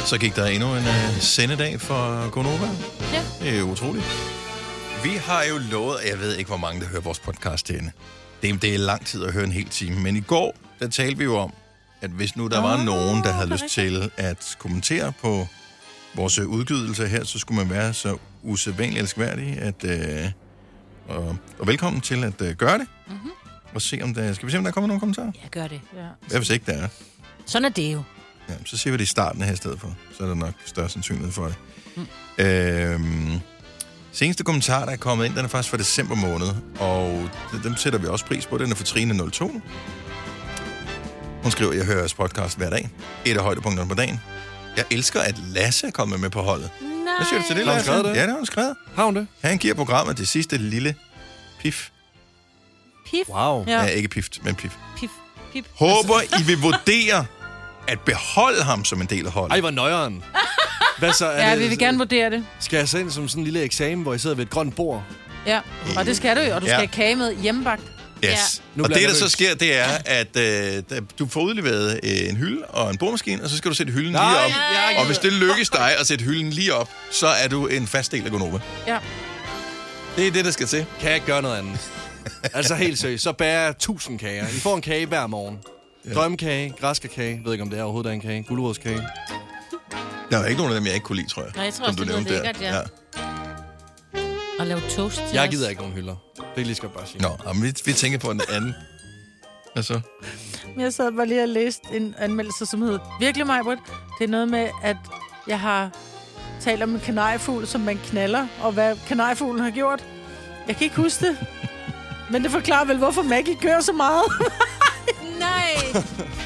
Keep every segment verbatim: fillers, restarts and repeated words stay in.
Så gik der endnu en uh, sendedag for Gonova. Ja. Det er utroligt. Vi har jo lovet, jeg ved ikke, hvor mange, der hører vores podcast herinde. Det, det er lang tid at høre en hel time. Men i går, der talte vi jo om, at hvis nu der oh, var nogen, der havde lyst til at kommentere på vores udgydelse her, så skulle man være så usædvanligt elskværdig, at, øh, og, og velkommen til at øh, gøre det. Mm-hmm. Og se, om der, skal vi se, om der kommer nogle kommentarer? Ja, gør det. Ja. Hvad hvis ikke der er? Sådan er det jo. Ja, så ser vi det i starten her i stedet for. Så er der nok større sandsynlighed for det. Mm. Øhm, seneste kommentar, der er kommet ind, den er faktisk fra december måned, og dem sætter vi også pris på. Den er fra Trine nul to. Hun skriver, jeg hører jeres podcast hver dag. Et af højdepunkterne på dagen. Jeg elsker, at Lasse er kommet med på holdet. Nej. Hvad siger du til det, Har hun Lasse? skrevet det? Ja, det har hun skrevet. Har hun det? Han giver programmet det sidste lille pif. Pif. Wow. Ja, Ja. ikke pift, men pif. Pif. Pif. Håber, I vil vurdere at beholde ham som en del af holdet. Ej, hvor nøjeren. Hvad så? Er Ja, det, vi vil gerne vurdere det. Skal jeg så ind som sådan en lille eksamen, hvor I sidder ved et grønt bord? Ja, og det skal du jo, og du Ja. skal have kage med hjemmebagt. Yes. Nu Og bliver det, jeg der så nervøs. sker, det er, at øh, da- du får udleveret øh, en hylde og en bordmaskine, og så skal du sætte hylden Nej, lige op. jeg Og hvis det lykkes dig at sætte hylden lige op, så er du en fast del af Gonova. Ja. Det er det, der skal til. Kan jeg ikke gøre noget andet? Altså helt seriøst, så bærer jeg tusind kager. I får en kage hver morgen. Ja. Drømmekage, græskarkage, jeg ved ikke om det er overhovedet er en kage, gulerodskage. Der er ikke nogen af dem, jeg ikke kunne lide, tror jeg. Nej, jeg tror som også, du det lyder nævnte lækkert, ja. Og lave toast til Jeg os. gider ikke nogen hylder. Det er lige skal jeg bare sige. Nå, jamen, vi, vi tænker på en anden. Altså, Jeg sad bare lige og læste en anmeldelse, som hed Virkelig mig, Britt. Det er noget med, at jeg har talt om en kanariefugl, som man knaller, og hvad kanariefuglen har gjort. Jeg kan ikke huske det. Men det forklarer vel, hvorfor Maggie gør så meget. Nej.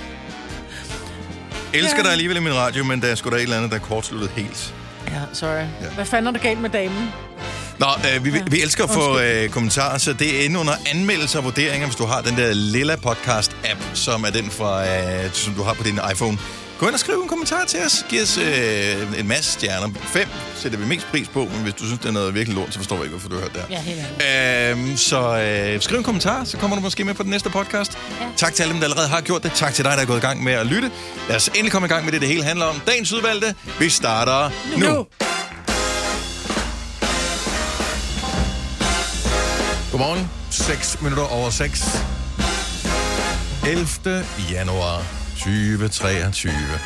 elsker Ja. dig alligevel i min radio, men der er sgu da et eller andet, der er kortsluttet helt. Ja, sorry. Hvad fanden er der galt med damen? Nå, øh, vi, vi, vi elsker at få øh, kommentarer, så det er inde under anmeldelser og vurderinger, hvis du har den der lilla podcast-app, som er den, fra, øh, som du har på din iPhone. Gå ind og skriv en kommentar til os. Giv os øh, en masse stjerner. Fem sætter vi mest pris på, men hvis du synes, det er noget virkelig lort, så forstår jeg ikke, hvorfor du har hørt det her. Ja, helt ærligt. Øhm, så øh, skriv en kommentar, så kommer du måske med på den næste podcast. Ja. Tak til alle dem, der allerede har gjort det. Tak til dig, der er gået i gang med at lytte. Lad os endelig komme i gang med det, det hele handler om. Dagens udvalgte. Vi starter nu. nu. Godmorgen. seks minutter over seks. ellevte januar tyve treogtyve.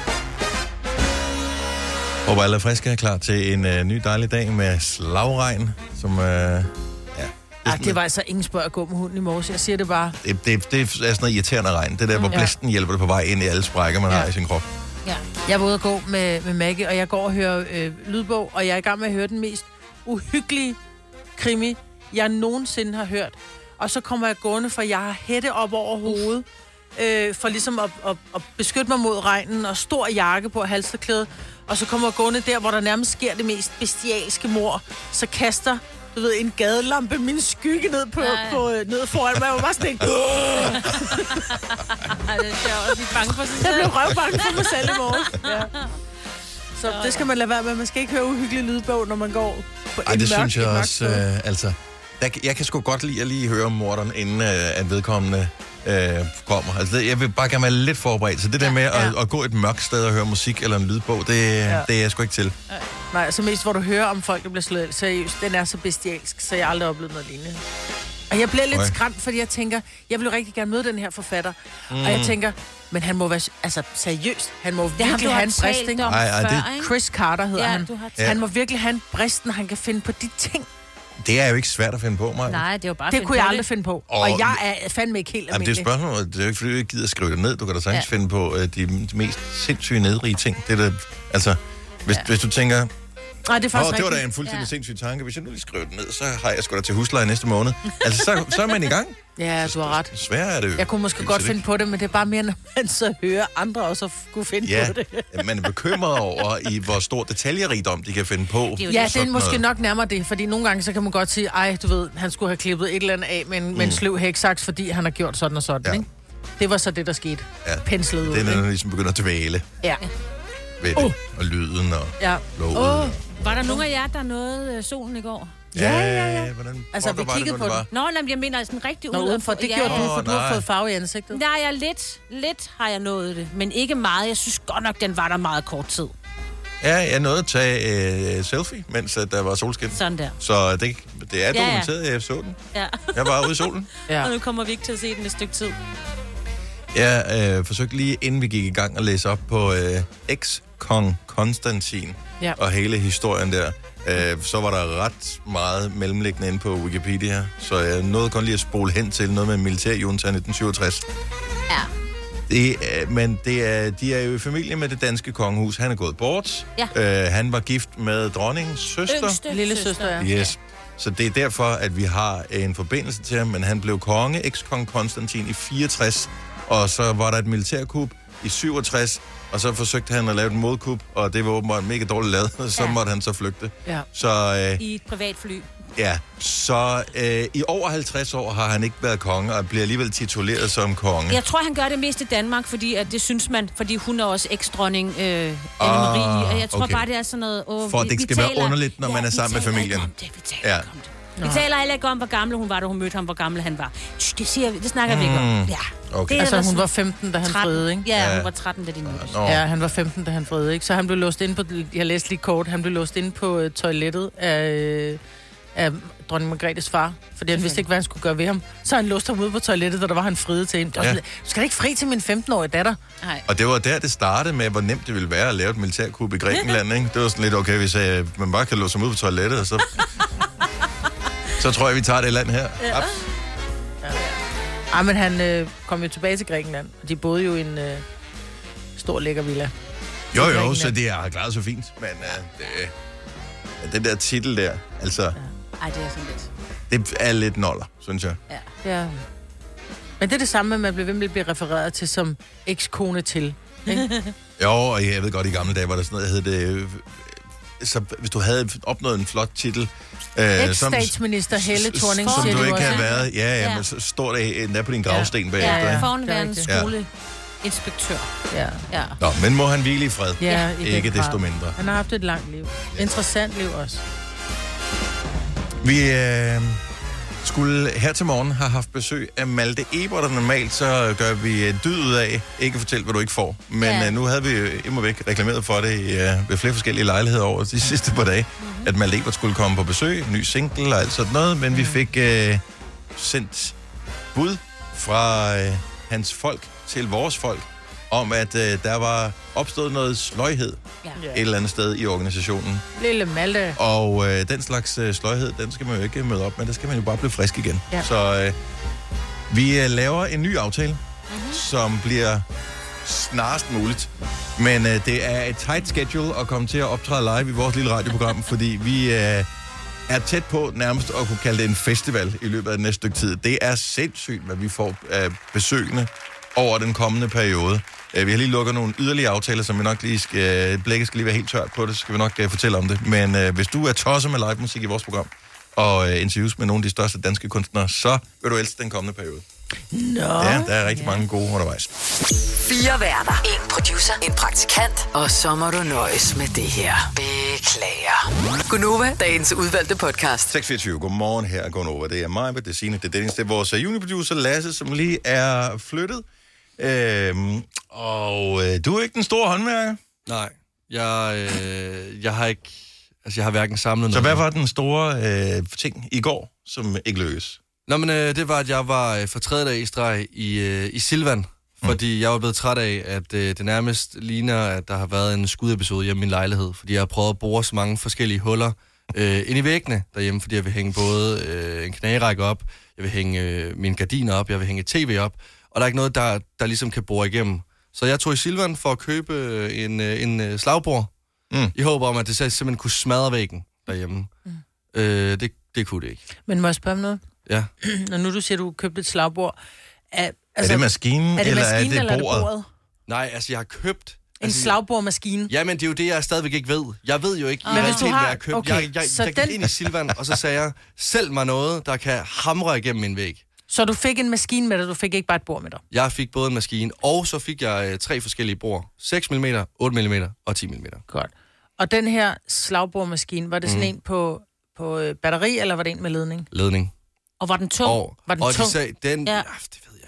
Håber alle er friske og klar til en uh, ny dejlig dag med slagregn, som... Uh, ja, Ej, det var altså ingen spørg at gå med hunden i morges. Jeg siger det bare. Det, det, det er sådan noget irriterende regn. Det der, hvor Ja. blæsten hjælper dig på vej ind i alle sprækker, man Ja. har i sin krop. Ja. Jeg var ude at gå med, med Maggie, og jeg går og hører øh, lydbog, og jeg er i gang med at høre den mest uhyggelige krimi, jeg nogensinde har hørt. Og så kommer jeg gående, for jeg har hætte op over hovedet, øh, for ligesom at, at, at beskytte mig mod regnen, og stor jakke på og halsterklæde. Og så kommer jeg gående der, hvor der nærmest sker det mest bestialske mord. Så kaster, du ved, en gadelampe min skygge ned, på, på, ned foran mig. Jeg var bare sådan en... Ej, det er sjovt at blive bange for sig Jeg selv. blev røvbange for mig selv i morges. Ja. Så det skal man lade være med. Man skal ikke høre uhyggelig lydbog, når man går på Ej, en det mørk, synes jeg et mørkt også, sted. øh, altså... Der, jeg kan sgu godt lide at lige høre om morderen, inden øh, at vedkommende øh, kommer. Altså, det, jeg vil bare gerne være lidt forberedt. Så det der med at, ja. at gå et mørkt sted og høre musik eller en lydbog, det, ja. det er jeg sgu ikke til. Nej, altså mest, hvor du hører om folk, der bliver slået ihjel. Seriøst, den er så bestialsk, så jeg har aldrig oplevet noget lignende. Og jeg bliver lidt Okay. skræmt, fordi jeg tænker, jeg vil jo rigtig gerne møde den her forfatter. Mm. Og jeg tænker, men han må være, altså seriøst, han må Det har virkelig du have har en brist, talt ikke? om Ej, ej, det- før, ikke? Chris Carter hedder Ja, han. du har Ja. Han må virkelig have en brist, når han kan finde på de ting. Det er jo ikke svært at finde på, mig. Nej, det er jo bare Det fedt kunne jeg på aldrig finde på. Og, Og- og jeg er fandme ikke helt Jamen, det er almindelig. spørgsmålet. Det er jo ikke, fordi du ikke gider at skrive det ned. Du kan da sagtens ja. Ja. finde på uh, de, de mest sindssyge nedrige ting. Det er da, altså, hvis, ja. Ja. hvis du tænker, Nej, det er åh, faktisk det var da rigtigt. en fuldstændig Ja. sindssyg tanke. Hvis jeg nu lige skriver det ned, så har jeg sgu da til husleje næste måned. Altså, så, så er man i gang. Ja, du har ret. Sværere er det jo. Jeg kunne måske Dybest godt set finde på det, men det er bare mere, når man så hører andre også kunne finde Ja, på det. man er bekymret over, i hvor stor detaljerigdom de kan finde på. Det er jo Ja, det. det er Sådan måske noget. nok nærmere det, fordi nogle gange så kan man godt sige, ej, du ved, han skulle have klippet et eller andet af med en, mm. med en sløv hæksaks, fordi han har gjort sådan og sådan, Ja. ikke? Det var så det, der skete. Ja. Penslet ud, Det er, når ikke? den ligesom begynder at dvæle Ja. ved det. Uh. Og lyden og Ja. låget. Åh. Var der nogen af jer, der nåede øh, solen i går? Ja, ja, ja. Hvordan Altså, pokker vi var kiggede det, på når den. var? Nå, nej, jeg mener sådan rigtig Nå, ud. udenfor, det ja, gjorde ja. du, for Åh, du har nej. fået farve i ansigtet. Nej, jeg lidt, lidt har jeg nået det, men ikke meget. Jeg synes godt nok, den var der meget kort tid. Ja, jeg nåede at tage øh, selfie, mens at der var solskin. Sådan der. Så det, det er Ja, ja. dokumenteret, jeg så den. Ja. Jeg var ude i solen. Ja. Og nu kommer vi ikke til at se den et stykke tid. Jeg øh, forsøgte lige, inden vi gik i gang, at læse op på øh, eks-kong Konstantin Ja. og hele historien der. Øh, så var der ret meget mellemliggende inde på Wikipedia, så jeg nåede kun lige at spole hen til noget med militærjunta nitten syvogtres. Ja. Det, øh, men det er, de er jo i familie med det danske kongehus. Han er gået bort. Ja. Øh, han var gift med dronningens søster. Yngste Lille søster. søster, ja. Yes. Så det er derfor, at vi har en forbindelse til ham, men han blev konge, eks-kong Konstantin, i fireogtres, og så var der et militærkup i syvogtres, og så forsøgte han at lave et modkup, og det var åbenbart mega dårligt lavet, og så Ja. måtte han så flygte. Ja. Så øh, I et privatfly. ja, så øh, i over halvtreds år har han ikke været konge, og bliver alligevel tituleret som konge. Jeg tror, han gør det mest i Danmark, fordi at det synes man, fordi hun er også eksdronning, øh, Anne-Marie. Ah, Og jeg tror okay. bare, det er sådan noget... Åh, For at vi- det ikke vi skal være taler- underligt, når man er vi sammen med taler familien. ikke om det, vi taler Ja. ikke om det. Vi taler heller ikke om, hvor gammel hun var, da hun mødte ham, hvor gammel han var. Tch, det, siger, vi- det snakker vi ikke om. Ja. Okay. Det er Altså, der hun sådan var femten, da han tretten. friede, ikke? Ja, Ja. hun var tretten, da de mødtes. Nå. Ja, han var femten, da han friede, ikke? Så han blev låst ind på, jeg læste lige kort, han blev låst ind på uh, toilettet af, øh, af dronning Margrethes far, fordi han vidste ikke, hvad han skulle gøre ved ham. Så han låste ham ude på toilettet, da der var han friede til hende. Ja. Ja. Du skal da ikke fri til min femten-årige datter. Nej. Og det var der, det startede med, hvor nemt det ville være at lave et militærkup i Grækenland, ikke? Det var sådan lidt, okay, hvis øh, man bare kan låse ham ud på toilettet, så... så tror jeg, vi tager det land her. Ja. Ej, men han øh, kom jo tilbage til Grækenland, og de boede jo i en øh, stor lækker villa. Jo, jo, Grækenland. så det har klaret så fint. Men uh, det, den der titel der, altså, Ej, det er sådan lidt... det er lidt noller, synes jeg. Ja. Men det er det samme, at man bliver ved med at blive refereret til som ekskone til. Ikke? Jo, og jeg ved godt, i gamle dage var der sådan noget, der hed det... øh, Så hvis du havde opnået en flot titel... Øh, Eks-statsminister Helle s- Thorning Som siger du de ikke også, havde ikke? været. Ja, ja, Ja. men så står det endda på din gravsten Ja. bagefter. Ja, ja. ikke? Forhenværende det er skoleinspektør. Ja. Ja. Nå, men må han hvile i fred? Ja, i den Ikke grad. desto mindre. Han har haft et langt liv. Interessant liv også. Vi øh, skulle her til morgen have haft besøg af Malte Ebert, og normalt så gør vi en dyd ud af ikke at fortælle, hvad du ikke får. Men Ja. øh, nu havde vi jo immer væk reklameret for det i, øh, ved flere forskellige lejligheder over de sidste par dage, mm-hmm. at Malte Ebert skulle komme på besøg, ny single og alt sådan noget, men mm. vi fik øh, sendt bud fra øh, hans folk til vores folk, om at øh, der var opstået noget sløjhed Ja. et eller andet sted i organisationen. Lille Malte. Og øh, den slags øh, sløjhed, den skal man jo ikke møde op med, der skal man jo bare blive frisk igen. Ja. Så øh, vi øh, laver en ny aftale, mm-hmm. som bliver snarest muligt. Men øh, det er et tight schedule at komme til at optræde live i vores lille radioprogram, fordi vi øh, er tæt på nærmest at kunne kalde det en festival i løbet af det næste stykke tid. Det er sindssygt, hvad vi får af besøgende over den kommende periode. Øh, Vi har lige lukket nogle yderligere aftaler, som vi nok lige skal... Blækket skal lige være helt tørt på det, så skal vi nok uh, fortælle om det. Men uh, hvis du er tosset med live musik i vores program, og uh, interviews med nogle af de største danske kunstnere, så vil du elske den kommende periode. Nå. Ja, der er rigtig ja. mange gode undervejs. Fire værter. En producer. En praktikant. Og så må du nøjes med det her. Beklager. Gunova, dagens udvalgte podcast. seks fireogtyve, godmorgen her er Gunova. Det er mig, det er Signe, det er Dennis, det er vores uh, juniorproducer Lasse, som lige er flyttet. Øhm, og øh, du er ikke den store håndværker. Nej, jeg, øh, jeg har ikke... Altså, jeg har hverken samlet Så noget. hvad var den store øh, ting i går, som ikke lykkedes? Nå, men øh, det var, at jeg var øh, for tredje dag i streg i, øh, i Silvan, fordi mm. jeg var blevet træt af, at øh, det nærmest ligner, at der har været en skudepisode hjemme i min lejlighed, fordi jeg har prøvet at bore så mange forskellige huller øh, ind i væggene derhjemme, fordi jeg vil hænge både øh, en knagerække op, jeg vil hænge øh, mine gardiner op, jeg vil hænge et tv op, og der er ikke noget, der, der ligesom kan bore igennem. Så jeg tog i Silvan for at købe øh, en, øh, en øh, slagbor, Mm. i håb om, at det så simpelthen kunne smadre væggen derhjemme. Mm. Øh, det, det kunne det ikke. Men må jeg spørge om noget? Ja. Når nu du siger, at du købte et slagbord. Er, Altså, er det maskinen, er det eller maskinen, er det eller er det bordet? bordet? Nej, altså jeg har købt... En altså, slagbordmaskine? Jamen, det er jo det, jeg stadigvæk ikke ved. Jeg ved jo ikke, Men hvis du hvad har- jeg har købt. okay, jeg jeg, så jeg gik den- ind i Silvan, og så sagde jeg, sælg mig noget, der kan hamre igennem min væg. Så du fik en maskine med dig, du fik ikke bare et bord med dig? Jeg fik både en maskine, og så fik jeg øh, tre forskellige bord. seks millimeter, otte millimeter og ti millimeter. Godt. Og den her slagbordmaskine, var det sådan Mm. en på, på øh, batteri, eller var det en med ledning? Ledning. Og var den tung? Og, Var den og tung? de sagde, den... Ja. Ja. Ja, det ved jeg ikke.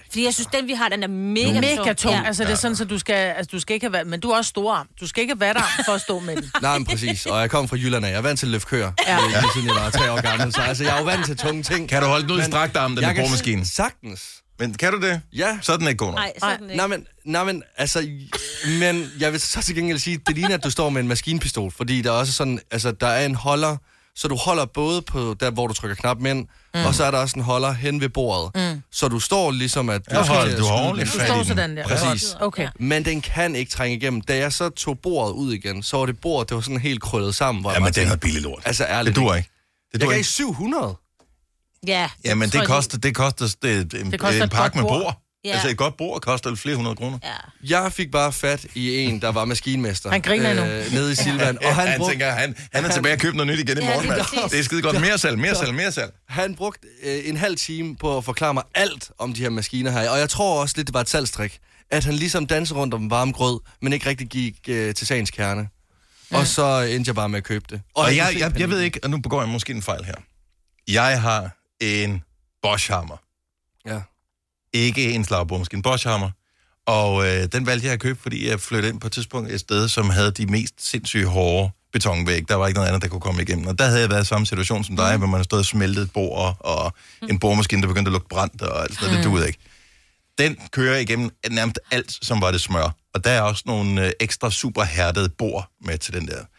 Fordi jeg synes, den vi har, den er mega, Mega tung. Ja. Altså, det er sådan, så du skal, altså, du skal ikke have været, men du er også storarm. Du skal ikke have vatterarm for at stå med den. Nej, men præcis. Og jeg kom fra Jylland af. Jeg er vant til at løfte køer. Ja. Ja. Lige siden jeg var tre år gammel. Så altså, jeg er jo vant til tunge ting. Kan du holde den ud i strakt arm, den der boremaskine? Sagtens. Men kan du det? Ja. Så er den ikke god nok. Nej, sådan ikke. Nej, men, nej, men altså, men jeg vil så til gengæld sige, det ligner, at du står med en maskinpistol, fordi der er også sådan, altså, der er en holder, så du holder både på der, hvor du trykker knappen ind, mm. og så er der også en holder hen ved bordet. Mm. Så du står ligesom, at du Ja, skal hold, du har skyde ordentligt den. Du fat i står den. sådan der. Præcis. Okay. Men den kan ikke trænge igennem. Da jeg så tog bordet ud igen, så var det bordet, det var sådan helt krøllet sammen. Hvor Ja, jeg men bare det er tænkte, noget billigt lort. altså ærligt. Det duer ikke. Det Jeg duer gav ikke. syv hundrede. Ja, Ja, men tror det jeg, koster, det koster det, en, Det koster en et pakke med godt bord. bord. Ja. Altså et godt bord koster flere hundrede kroner. Ja. Jeg fik bare fat i en, der var maskinmester. Han griner nu. Nede i Silvan. Og han, han brugte, tænker, han, han er tilbage og købe noget nyt igen i Ja, morgen, lige mand. præcis. Det er skide godt. Mere salg, mere salg, mere salg. han brugte øh, en halv time på at forklare mig alt om de her maskiner her. Og jeg tror også lidt, det var et salgstrik. At han ligesom dansede rundt om varm grød, men ikke rigtig gik øh, til sagens kerne. Og så endte jeg bare med at købe det. Og kunne jeg, se jeg, jeg panikken. ved ikke, og nu begår jeg måske en fejl her. Jeg har en Bosch-hammer. Ja. Ikke en slagbordmaskine, Bosch-hammer. Og øh, den valgte jeg at købe, fordi jeg flyttede ind på et tidspunkt et sted, som havde de mest sindssyge hårde betonvæg. Der var ikke noget andet, der kunne komme igennem. Og der havde jeg været i samme situation som dig, mm. hvor man har stået og smeltet et bord, og en boremaskine, der begyndte at lugte brændt, og alt sådan noget. Mm. Det duede ikke. Den kører igennem nærmest alt, som var det smør. Og der er også nogle øh, ekstra super hærdede bord med til den der.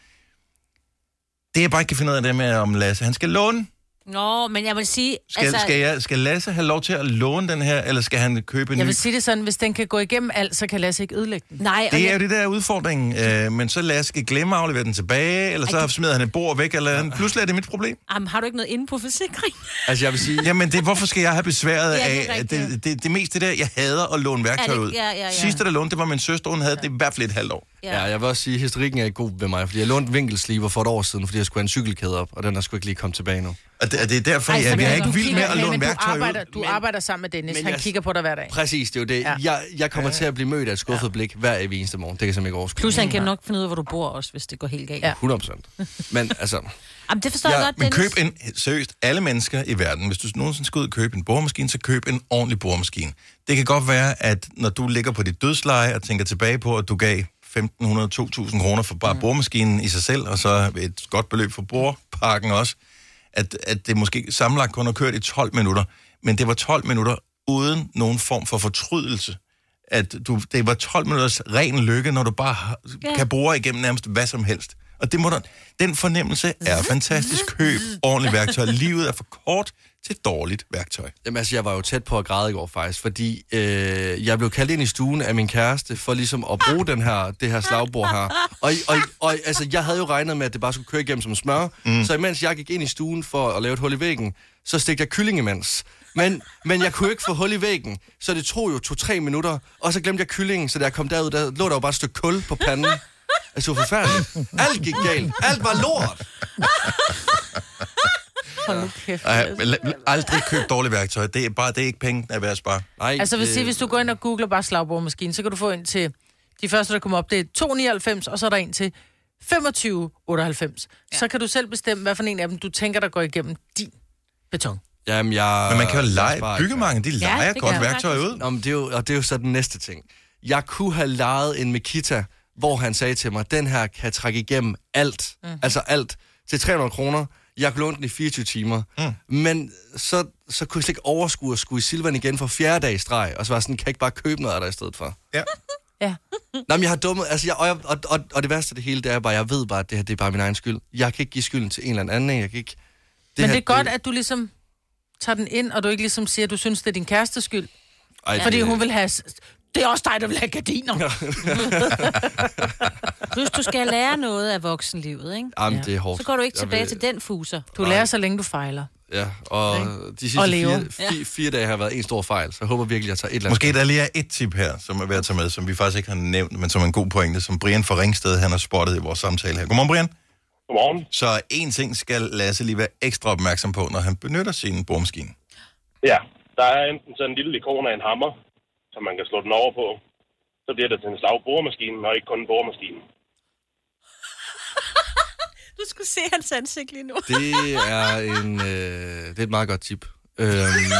Det jeg bare ikke kan finde ud af det med, om Lasse, han skal låne. Nå, men jeg vil sige... Skal, altså... skal, jeg, skal Lasse have lov til at låne den her, eller skal han købe en Jeg ny? vil sige det sådan, hvis den kan gå igennem alt, så kan Lasse ikke ødelægge den. Nej, og Det er jeg, jo det der udfordring, øh, men så Lasse skal glemme at aflevere den tilbage, eller så Ej, det- smider han et bord væk, eller andet. Pludselig er det mit problem. Jamen, har du ikke noget inde på forsikring? Altså jeg vil sige, Jamen, det, hvorfor skal jeg have besværet Ja, det er af rigtigt. det, det, det meste der, jeg hader at låne værktøj Er det- ud. ja, ja, ja. Sidste, der lånte, det var min søster, hun havde det i hvert fald et halvt år. ja, jeg vil også sige, at historikken er ikke god ved mig, fordi jeg lånte vinkelsliber for et år siden, fordi jeg skulle have en cykelkæde op, og den er sgu ikke lige kommet tilbage nu. Og det, og det er derfor, Ej, Ej, så jeg, det jeg er er ikke så vild med at Men låne du værktøj arbejder, ud. du Men- arbejder sammen med Dennis. men Han jeg- kigger på dig hver dag. Præcis, det er jo det. Ja. Ja. Jeg, jeg kommer til at blive mødt af et skuffet ja. blik hver evig eneste morgen. Det kan jeg simpelthen ikke overskue. Plus, han kan nok finde ud af, hvor du bor også, hvis det går helt galt. Ja. hundrede procent. Men altså, Jamen, det forstår jeg Ja, godt, Men Dennis. køb en, seriøst, alle mennesker i verden, hvis du nogensinde skal ud og købe en boremaskine, så køb en ordentlig boremaskine. Det kan godt være, at når du ligger på dit dødsleje og tænker tilbage på, at du gav femten hundrede til to tusind kroner for bare mm. boremaskinen i sig selv, og så et godt beløb for borparken også, at, at det måske sammenlagt kun har kørt i tolv minutter, men det var tolv minutter uden nogen form for fortrydelse. At du, det var tolv minutters ren lykke, når du bare har, Ja. kan bruge igennem nærmest hvad som helst. Og det må du, den fornemmelse er fantastisk. Køb ordentligt værktøj. Livet er for kort til dårligt værktøj. jamen, altså, jeg var jo tæt på at græde i går faktisk, fordi øh, jeg blev kaldt ind i stuen af min kæreste for ligesom at bruge den her, det her slagbord her. Og, og, og altså, jeg havde jo regnet med, at det bare skulle køre igennem som smør, mm. så imens jeg gik ind i stuen for at lave et hul i væggen, så stegte jeg kylling imens. Men, men jeg kunne ikke få hul i væggen, så det tog jo to-tre minutter, og så glemte jeg kyllingen, så da jeg kom derud, der lå der jo bare et stykke kul på panden. Altså, det var forfærdeligt. Alt gik galt. Alt var lort. Hold nu kæft. Ej, la- aldrig køb dårligt værktøj. Det er, bare, det er ikke penge, der er værd at spare. Nej, Altså, hvis, det- sige, hvis du går ind og googler bare slagbordmaskine, så kan du få en til... De første, der kommer op, det er to nioghalvfems, og så er der en til femogtyve otteoghalvfems. Ja. Så kan du selv bestemme, hvad for en af dem, du tænker, der går igennem din beton. Jamen, jeg... Men man kan jo jeg lege. sparer ikke. Byggemarken, de leger det kan godt jeg værktøj faktisk. ud. Nå, men det er jo, og det er jo så den næste ting. Jeg kunne have lejet en Makita, hvor han sagde til mig, den her kan trække igennem alt. Mm. Altså alt. Til tre hundrede kroner. Jeg kunne låne den i fireogtyve timer. Mm. Men så, så kunne jeg slet ikke overskue at skulle i Silvan igen for fjerde dag i streg. Og så var jeg sådan, kan jeg ikke bare købe noget af der i stedet for? Ja. Ja. Nå, men jeg har dummet, altså jeg, og, jeg, og, og, og det værste af det hele, det er bare, jeg ved bare, at det her, det er bare min egen skyld. Jeg kan ikke give skylden til en eller anden, jeg kan ikke... Det Men her, det er godt, at du ligesom tager den ind, og du ikke ligesom siger, at du synes, det er din kærestes skyld. Ej, Fordi det- hun vil have... Det er også dig, der vil have gardiner. Ja. Plus, du skal lære noget af voksenlivet, ikke? Jamen, Ja. det er hårdt. Så går du ikke Jeg tilbage vil- til den fuser. Du lærer så længe du fejler. Ja, og de sidste Og lever. fire, fire, fire dage har været en stor fejl, så jeg håber virkelig, at jeg tager et eller andet. Måske der lige er et tip her, som er værd at tage med, som vi faktisk ikke har nævnt, men som er en god pointe, som Brian fra Ringsted, han har spottet i vores samtale her. Godmorgen, Brian. Godmorgen. Så en ting skal Lasse lige være ekstra opmærksom på, når han benytter sin boremaskine. Ja, der er enten sådan en lille ikon af en hammer, som man kan slå den over på. Så bliver det til en slagboremaskine, og ikke kun en boremaskine. Du skulle se hans ansigt lige nu. Det er, en, øh, det er et meget godt tip. Øhm,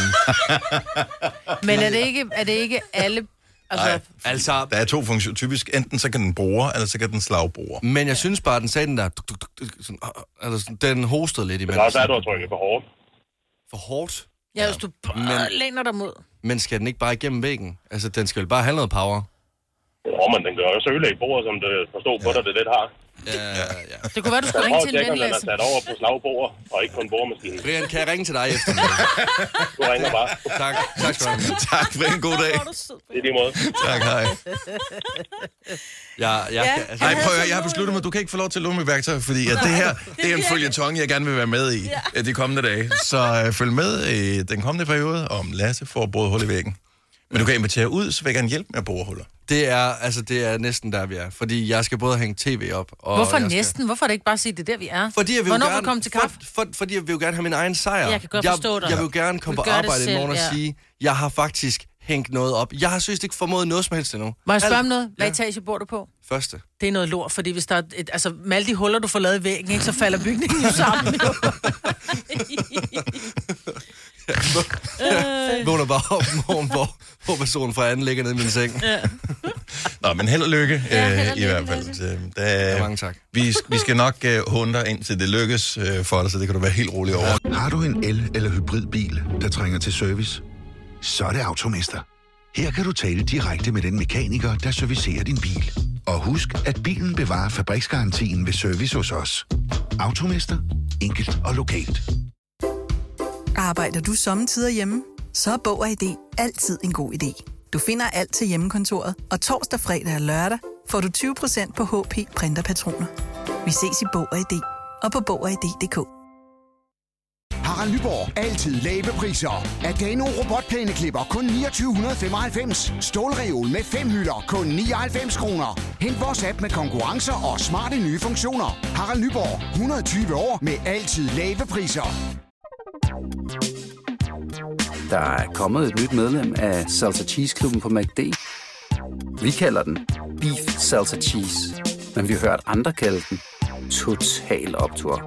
Men er det ikke, er det ikke alle... Altså, Nej, altså, der er to funktioner. Typisk, enten så kan den bruge, eller så kan den slagbruge. men jeg synes bare, at den sagde den der... Duk, duk, duk, sådan, altså, sådan, den hostede lidt Det imens. kan også være, at du har trykket for hårdt. For hårdt. ja, hvis du Men- men... læner dig mod. Men skal den ikke bare igennem væggen? Altså, den skal vel bare have noget power? Jo, men den gør jo så ødelægge bordet, som det forstod på dig, det lidt har. Ja, ja. Det kunne være, du Så skulle prøv ringe at til en tjekke, om ven, den er Lasse. sat over på slagbordet, og ikke på en bordemaskine. Brian, kan jeg ringe til dig efter? Du ringer bare. tak. Tak skal du have. Tak for en god dag. Det er de måde. Tak, hej. Jeg, jeg, Ja. kan, altså, Nej, prøv at høre, jeg har besluttet mig, at du kan ikke få lov til at låne mit værktøj, fordi at det her, det er en følgetong, jeg gerne vil være med i ja. de kommende dage. Så øh, følg med i den kommende periode om Lasse får boret hul i væggen. Men du kan invitere ud, så vil jeg gerne hjælpe med at bore huller. det er, altså, det er næsten der, vi er. Fordi jeg skal både hænge tv op, og Hvorfor jeg skal... næsten? Hvorfor er det ikke bare sige, det er der, vi er? Fordi jeg vil jo Hvornår gerne, vil du komme til kaffe? For, for, fordi jeg vil jo gerne have min egen sejr. Jeg kan godt forstå jeg, dig. Jeg vil jo gerne komme Du på gør det arbejde i morgen selv, og ja. sige, jeg har faktisk hængt noget op. Jeg har seriøst ikke formået noget som helst endnu. Må jeg spørge om Alt- noget? Hvad Ja. etage bor du på? Første. Det er noget lort, fordi hvis der er et, altså, med alle de huller, du får lavet i væggen, ikke, så falder bygningen jo sammen. Jo. Jeg vågner bare op i morgen, hvor, hvor personen fra anden ligger nede i min seng. Ja. Nå, men held og lykke, Ja, øh, held og i lykke, hvert fald. Lasse. Så, der, Ja, mange tak. Vi, vi skal nok øh, hunde dig indtil det lykkes øh, for dig, så det kan du være helt rolig over. Har du en el- eller hybridbil, der trænger til service? Så er det Automester. Her kan du tale direkte med den mekaniker, der servicerer din bil. Og husk, at bilen bevarer fabriksgarantien ved service hos os. Automester. Enkelt og lokalt. Arbejder du sommetider hjemme? Så er Bog og I D altid en god idé. Du finder alt til hjemmekontoret, og torsdag, fredag og lørdag får du tyve procent på H P printerpatroner. Vi ses i Bog og I D og på bog og i d punktum d k. Harald Nyborg. Altid lave priser. Adano robotplæneklipper kun niogtyve femoghalvfems. Stålreol med fem hylder kun nioghalvfems kroner. Hent vores app med konkurrencer og smarte nye funktioner. Harald Nyborg. hundrede og tyve år med altid lave priser. Der er kommet et nyt medlem af Salsa Cheese Klubben på McD. Vi kalder den Beef Salsa Cheese, men vi har hørt andre kalde den Total Optur.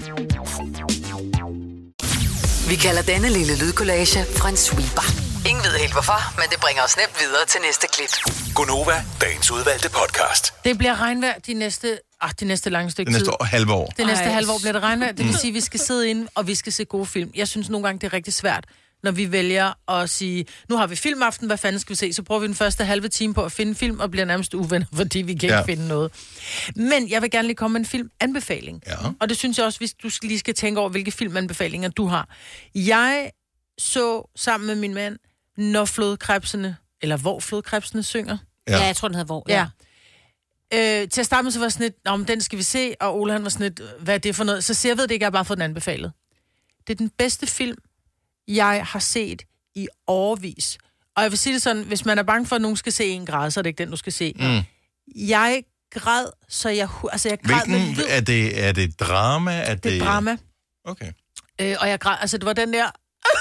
Vi kalder denne lille lydkollage en sweeper. Ingen ved helt hvorfor, men det bringer os nemt videre til næste klip. Gonova, dagens udvalgte podcast. Det bliver regnvejr de næste, ah, de næste lange stykke Det næste tid. år, halve år. Det næste Ej. halve år bliver det regnvejr. Det vil sige, at vi skal sidde inde, og vi skal se gode film. Jeg synes nogle gange, det er rigtig svært, når vi vælger at sige, nu har vi filmaften, hvad fanden skal vi se? Så bruger vi den første halve time på at finde film, og bliver nærmest uvenner, fordi vi kan Ja. ikke finde noget. Men jeg vil gerne lige komme med en filmanbefaling. Ja. Og det synes jeg også, hvis du skal- lige skal tænke over, hvilke filmanbefalinger du har. Jeg så sammen med min mand, Når flodkrebsene, eller Hvor flodkrebsene synger. Ja. Ja, jeg tror, den hedder Hvor. Ja. Øh, til at starte med, så var sådan lidt, "Nå, men den skal vi se, og Ole han var sådan lidt, hvad er det for noget? Så siger jeg, ved det ikke, jeg har bare fået den anbefalet. Det er den bedste film, jeg har set i årevis. Og jeg vil sige det sådan, hvis man er bange for, at nogen skal se en grad, så er det ikke den, du skal se. Mm. Jeg græd, så jeg, hu- altså jeg græd med Hvilken, lyd. er det, er det drama? Er det, Det er drama. Okay. Øh, og jeg græd, altså det var den der,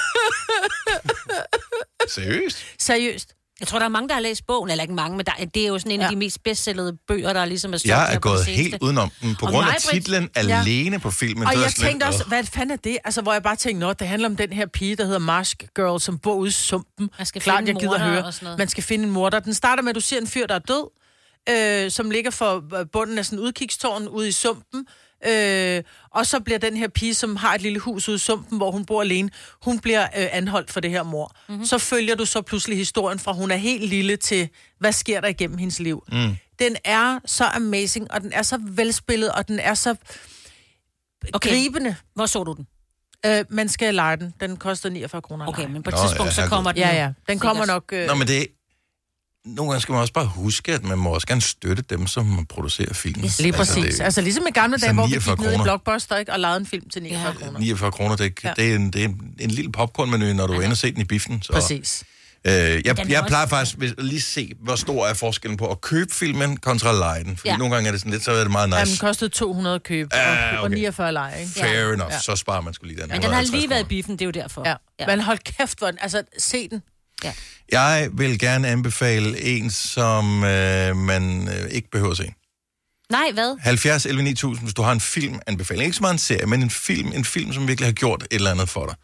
Seriøst? seriøst. Jeg tror, der er mange, der har læst bogen, eller ikke mange, men der, det er jo sådan en ja. af de mest bestsellede bøger, der ligesom er stået Jeg her er på det gået seneste. helt udenom den, på Og grund af Maj-Brit- titlen Ja. alene på filmen. Og så er jeg slet- tænkte også, Åh. hvad fanden er det? Altså, hvor jeg bare tænkte, nå, det handler om den her pige, der hedder Marsh Girl, som bor ude i sumpen. Man skal Klart, finde jeg en gider morder høre. og sådan noget. Man skal finde en morder. Den starter med, at du ser en fyr, der er død, øh, som ligger for bunden af sådan en udkigstårn ude i sumpen. Øh, og så bliver den her pige, som har et lille hus ude i sumpen, hvor hun bor alene, hun bliver øh, anholdt for det her mord. Mm-hmm. Så følger du så pludselig historien fra, hun er helt lille til, hvad sker der igennem hendes liv. Mm. Den er så amazing, og den er så velspillet, og den er så Okay. gribende. Hvor så du den? Øh, man skal lege den. Den koster niogfyrre kroner. Okay, men på et Nå, tidspunkt, ja, så herregud. kommer den. Ja, jo. ja. Den Sikkert. kommer nok... Øh... Nå, men det nogle gange skal man også bare huske, at man må også gerne støtte dem, som producerer film. Yes. Lige præcis. Altså, Altså, det, altså ligesom i gamle altså dage, hvor vi niogfyrre gik ned i kroner. Blockbuster, ikke, og lejede en film til niogfyrre Ja. kroner. niogfyrre kroner, det, Ja. ja. det, er en, det er en, en lille popcornmenu, når du er inde og se den i biffen. Så, Præcis. øh, jeg, Den er jeg også- plejer faktisk hvis- lige se, hvor stor er forskellen på at købe filmen kontra at lege den. Fordi Ja. nogle gange er det sådan lidt, så er det meget Nice. nice. Jamen, kostede to hundrede at købe, Ah, og, og okay. niogfyrre leje, ikke? Fair enough, Ja. så sparer man sgu lige den. Men den har halvtreds lige været i kroner. biffen, det er jo derfor. Ja. ja. Men hold kæft, hvor den... Altså, se den. Ja. Jeg vil gerne anbefale en, som øh, man øh, ikke behøver at se. Nej, hvad? halvfjerds elleve ni tusind, hvis du har en filmanbefaling. Ikke så meget en serie, men en film, en film, som virkelig har gjort et eller andet for dig.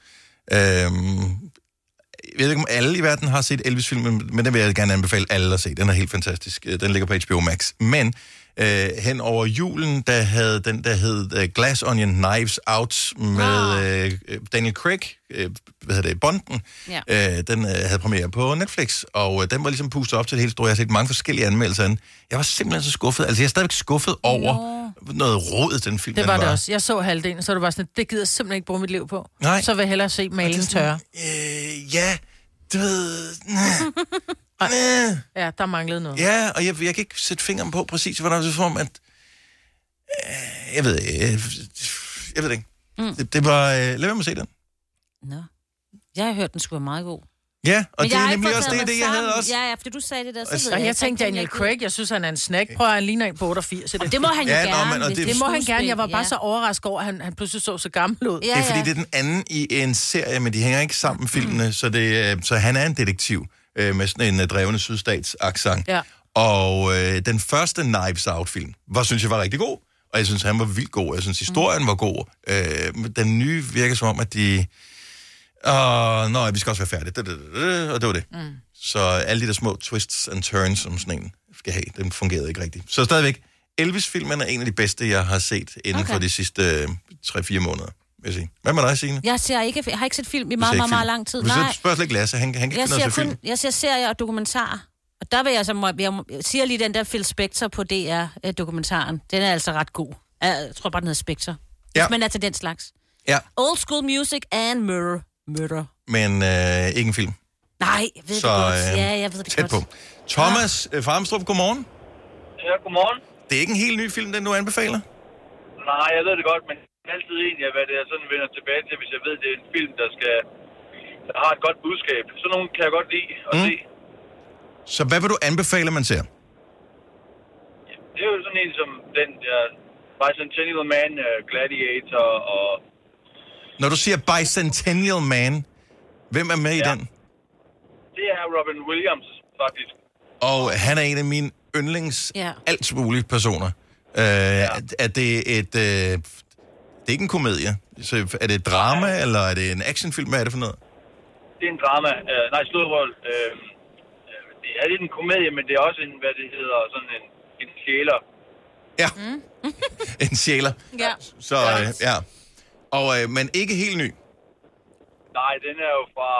Øhm, jeg ved ikke, om alle i verden har set Elvis-filmen, men den vil jeg gerne anbefale alle at se. Den er helt fantastisk. Den ligger på H B O Max. Men øh, hen over julen, der havde den, der hed uh, Glass Onion Knives Out med øh, Daniel Craig, øh, hvad hedder det, Bonden. Ja. Øh, den øh, havde premiere på Netflix, og øh, den var ligesom pustet op til det hele store. Jeg har set mange forskellige anmeldelser af den. Jeg var simpelthen så skuffet. Altså, jeg er stadigvæk skuffet over no. noget råd, den film. Det var den det var. også. Jeg så halvdelen, så var det bare sådan, det gider jeg simpelthen ikke bruge mit liv på. Nej. Så vil jeg hellere se malen tørre. Øh, ja, du ved... Ja, der manglede noget. Ja, og jeg, jeg kan ikke sætte fingeren på præcis, hvordan det er form, at... Øh, jeg ved ikke. Jeg, jeg ved det ikke. Mm. Det, det var... Øh, lad være med at se den. Nå. Jeg har hørt, den skulle være meget god. Ja, og men det er nemlig også det, det jeg havde også. Ja, ja, fordi du sagde det der, så og ved jeg. Jeg, jeg tænkte Daniel Craig, jeg synes, han er en snack. Prøv at han ligner en på otteogfirs. Det, det må han jo ja, gerne. Nå, men, det, det, det må han gerne. Jeg var bare ja. så overrasket over, at han, han pludselig så så gammel ud. Ja, det er fordi, det er den anden i en serie, men de hænger ikke sammen, filmene, mm. så, det, så han er en detektiv øh, med sådan en uh, drevne sydstats-accent. Ja. Og øh, den første Knives Out-film, var, synes jeg var rigtig god, og jeg synes, han var vildt god. Jeg synes, historien mm. var god. Øh, den nye virker som om, at de... Åh, nej, vi skal også være færdige. Og det var det. Mm. Så alle de der små twists and turns, som sådan en skal have, den fungerede ikke rigtigt. Så stadigvæk, Elvis-filmen er en af de bedste, jeg har set inden okay. for de sidste tre fire måneder, vil jeg sige. Hvad med dig, Signe? Jeg, ser ikke, jeg har ikke set film i meget, meget, meget lang tid. Du ser spørgsmål ikke Lasse, han, han kan ikke finde noget film. Jeg ser serier og dokumentarer. Og der vil jeg så, jeg siger lige den der Phil Spector på D R-dokumentaren. Den er altså ret god. Jeg tror bare, den hedder Spector. Ja. Hvis man er til den slags. Ja. Old school music and murder. Murder. Men øh, ikke en film. Nej, jeg ved så, det godt. Øh, Ja, jeg ved det tæt godt. på. Thomas ja. øh, Farmstrup, godmorgen. Ja, godmorgen. Det er ikke en helt ny film, den du anbefaler? Nej, jeg ved det godt, men altid egentlig, hvad det er, sådan vender tilbage til, hvis jeg ved, det er en film, der skal der har et godt budskab. Så nogen kan jeg godt lide at mm. se. Så hvad vil du anbefale, man ser? Ja, det er jo sådan en som den der Bicentennial Man, uh, Gladiator og... Når du siger Bicentennial Man, hvem er med ja. i den? Det er Robin Williams, faktisk. Og han er en af mine yndlings ja. alt mulige personer. Uh, ja. Er det et... Uh, det er ikke en komedie. Så er det et drama, ja. eller er det en actionfilm? Hvad er det for noget? Det er en drama. Uh, nej, slåvold. Uh, det er lidt en komedie, men det er også en, hvad det hedder, sådan en, en sjæler. Ja, mm. en sjæler. Ja. Så, uh, ja. Og, uh, men ikke helt ny. Nej, den er jo fra...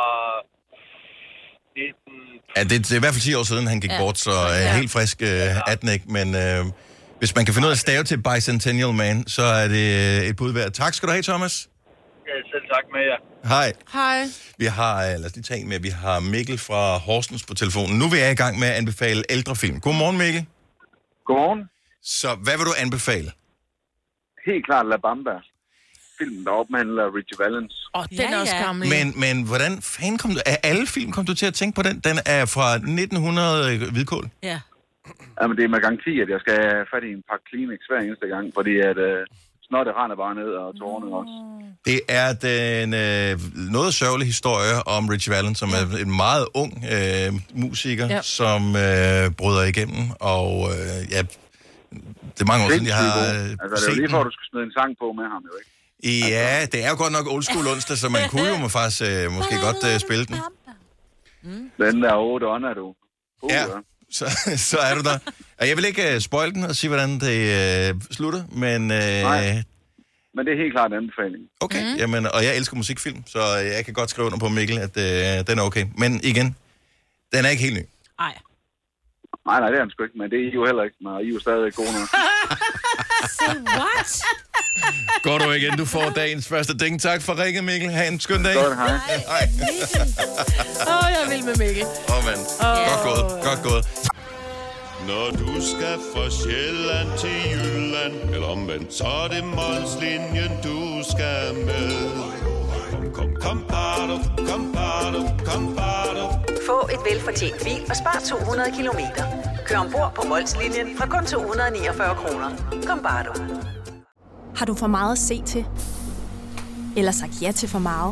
nitten... Ja, det, det er i hvert fald ti år siden, han gik ja. bort, så uh, ja. helt frisk uh, er den ikke. Men uh, hvis man kan finde ud af at stave til Bicentennial Man, så er det et bud værd. Tak skal du have, Thomas. Ja, selv tak med jer. Hej. Hej. Vi har, lad os lige tage en med, vi har Mikkel fra Horsens på telefonen. Nu vil jeg i gang med at anbefale ældre film. Godmorgen, Mikkel. Godmorgen. Så hvad vil du anbefale? Helt klart La Bamba. Filmen, der ophandler Richie Valens. Åh, oh, den ja, er også gammel. Men, men hvordan fanden kom du... Af alle film kom du til at tænke på den? Den er fra nitten hundrede hvidkål. Ja. Jamen, det er med garanti, at jeg skal have fat i en pakke Kleenex hver eneste gang, fordi at øh, snottet render bare ned, og tårerne også. Det er den øh, noget sørgelig historie om Richie Valens, som ja. er en meget ung øh, musiker, ja. som øh, bryder igennem, og øh, ja... Det er mange år siden, jeg har øh, altså, det er jo lige for, at du skal smide en sang på med ham, jo ikke? Ja, det er jo godt nok old school onsdag, så man kunne jo faktisk øh, måske godt øh, spille den. Mm. Den der otte ånder, du. Uh, ja, så, så er du der. Og jeg vil ikke uh, spoil den og sige, hvordan det uh, slutter, men... Uh, Nej, men det er helt klart en anbefaling. Okay, mm. jamen, og jeg elsker musikfilm, så jeg kan godt skrive under på, Mikkel, at uh, den er okay. Men igen, den er ikke helt ny. Nej. Nej, nej, det er han sgu ikke, men det er I jo heller ikke. Men I er jo stadig gode nok. Say what? Går du igen, du får dagens første ding. Tak for ringet, Mikkel. Ha' en skøn dag. Godt, hej. Hej. Åh, oh, jeg vil med Mikkel. Åh, oh, mand. Oh. Godt gået, godt gået. Når du skal fra Sjælland til Jylland, eller omvendt, så er det Molslinjen, du skal med. Kom, kom, kom, bado, kom, bado, kom, bado. Få et velfortjent bil og spar to hundrede kilometer. Kør ombord på Molslinjen fra kun to hundrede niogfyrre kroner. Kom, bare du. Har du for meget at se til? Eller sagt ja til for meget?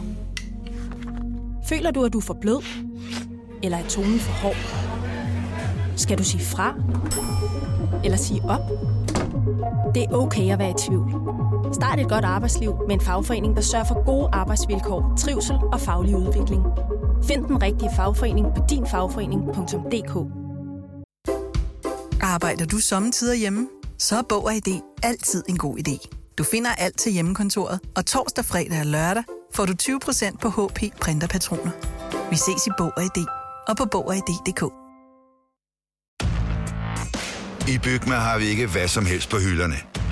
Føler du, at du er for blød? Eller er tonen for hård? Skal du sige fra? Eller sige op? Det er okay at være i tvivl. Start et godt arbejdsliv med en fagforening, der sørger for gode arbejdsvilkår, trivsel og faglig udvikling. Find den rigtige fagforening på din fagforening punktum d k. Arbejder du sommetider hjemme? Så er Bog og I D altid en god idé. Du finder alt til hjemmekontoret, og torsdag, fredag og lørdag får du tyve procent på H P printerpatroner. Vi ses i Bog og I D og på bog og i d punktum d k. I Bygma har vi ikke hvad som helst på hylderne.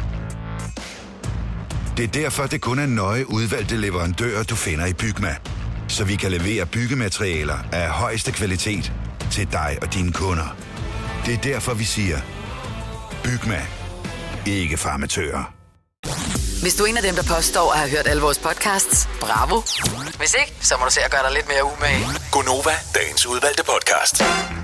Det er derfor, det kun er nøje udvalgte leverandører, du finder i Bygma. Så vi kan levere byggematerialer af højeste kvalitet til dig og dine kunder. Det er derfor, vi siger, Bygma. Ikke farmatører. Hvis du er en af dem, der påstår at have hørt alle vores podcasts, bravo. Hvis ikke, så må du se at gøre dig lidt mere umage. Gonova, dagens udvalgte podcast.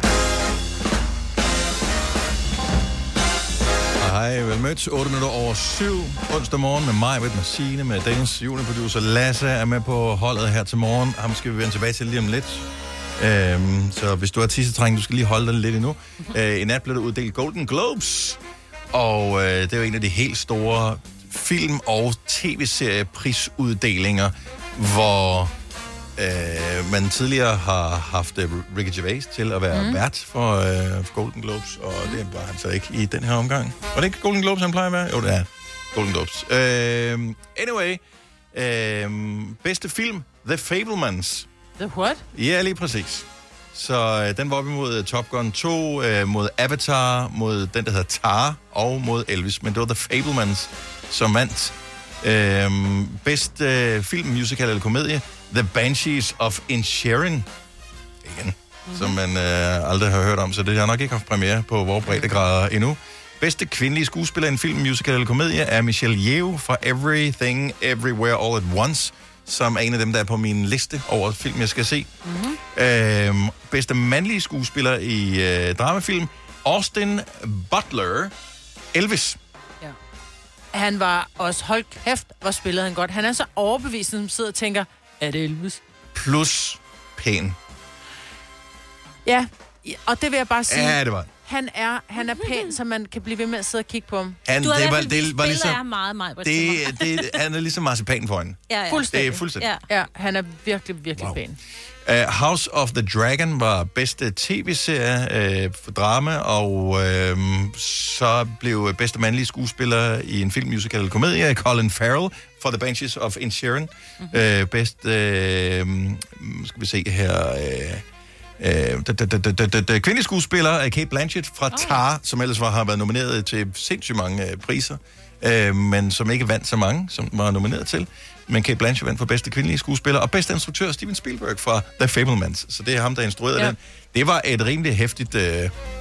Hej, velmødt. otte minutter over syv. Onsdag morgen med mig, med Signe, med dagens juniorproducer Lasse er med på holdet her til morgen. Ham skal vi vende tilbage til lige om lidt. Øhm, så hvis du har tissetræng, du skal lige holde dig lidt endnu. Øh, I nat blev der uddelt Golden Globes, og øh, det er jo en af de helt store film- og tv-serieprisuddelinger, hvor øh, man tidligere har haft uh, Ricky Gervais til at være mm. vært for, øh, for Golden Globes, og det var han så ikke i den her omgang. Var det ikke Golden Globes, han plejer at være? Jo, det er Golden Globes. Øh, anyway, øh, bedste film, The Fabelmans. The what? Ja, lige præcis. Så øh, den var op imod Top Gun to, øh, mod Avatar, mod den, der hedder Tar, og mod Elvis. Men det var The Fabelmans, som vandt. Øh, bedst øh, film, musical eller komedie, The Banshees of Inisherin. Igen. Mm-hmm. Som man øh, aldrig har hørt om, så det har nok ikke haft premiere på vores breddegrader endnu. Bedste kvindelige skuespiller i en film, musical eller komedie er Michelle Yeoh fra Everything, Everywhere, All at Once, som er en af dem, der er på min liste over film, jeg skal se. Mm-hmm. Øhm, bedste mandlige skuespiller i øh, dramafilm, Austin Butler, Elvis. Ja. Han var også, hold kæft, hvor spillede han godt. Han er så overbevisende, som sidder og tænker, er det Elvis? Plus pæn. Ja, og det vil jeg bare sige. Ja, det var. Han er, han er pæn, så man kan blive ved med at sidde og kigge på ham. Han, Du har det i hvert var, fald det vist var billeder ligesom, af meget, meget. det, det, han er ligesom marcipan for hende. Ja, ja. Fuldstændig. Det er fuldstændig. Ja. Ja, han er virkelig, virkelig Wow. pæn. Uh, House of the Dragon var bedste tv-serie uh, for drama, og uh, så blev bedste mandlige skuespiller i en film, musical eller komedie, Colin Farrell for The Banshees of Inisherin. Mm-hmm. Uh, bedst, uh, skal vi se her... Uh, Uh, kvindelig skuespiller er Cate Blanchett fra oh. Tar, som ellers var, har været nomineret til sindssygt mange uh, priser, uh, men som ikke vandt så mange, som var nomineret til. Men Cate Blanchett vandt for bedste kvindelige skuespiller, og bedste instruktør Steven Spielberg fra The Fabelmans. Så det er ham, der instruerede ja. den. Det var et rimelig hæftigt uh,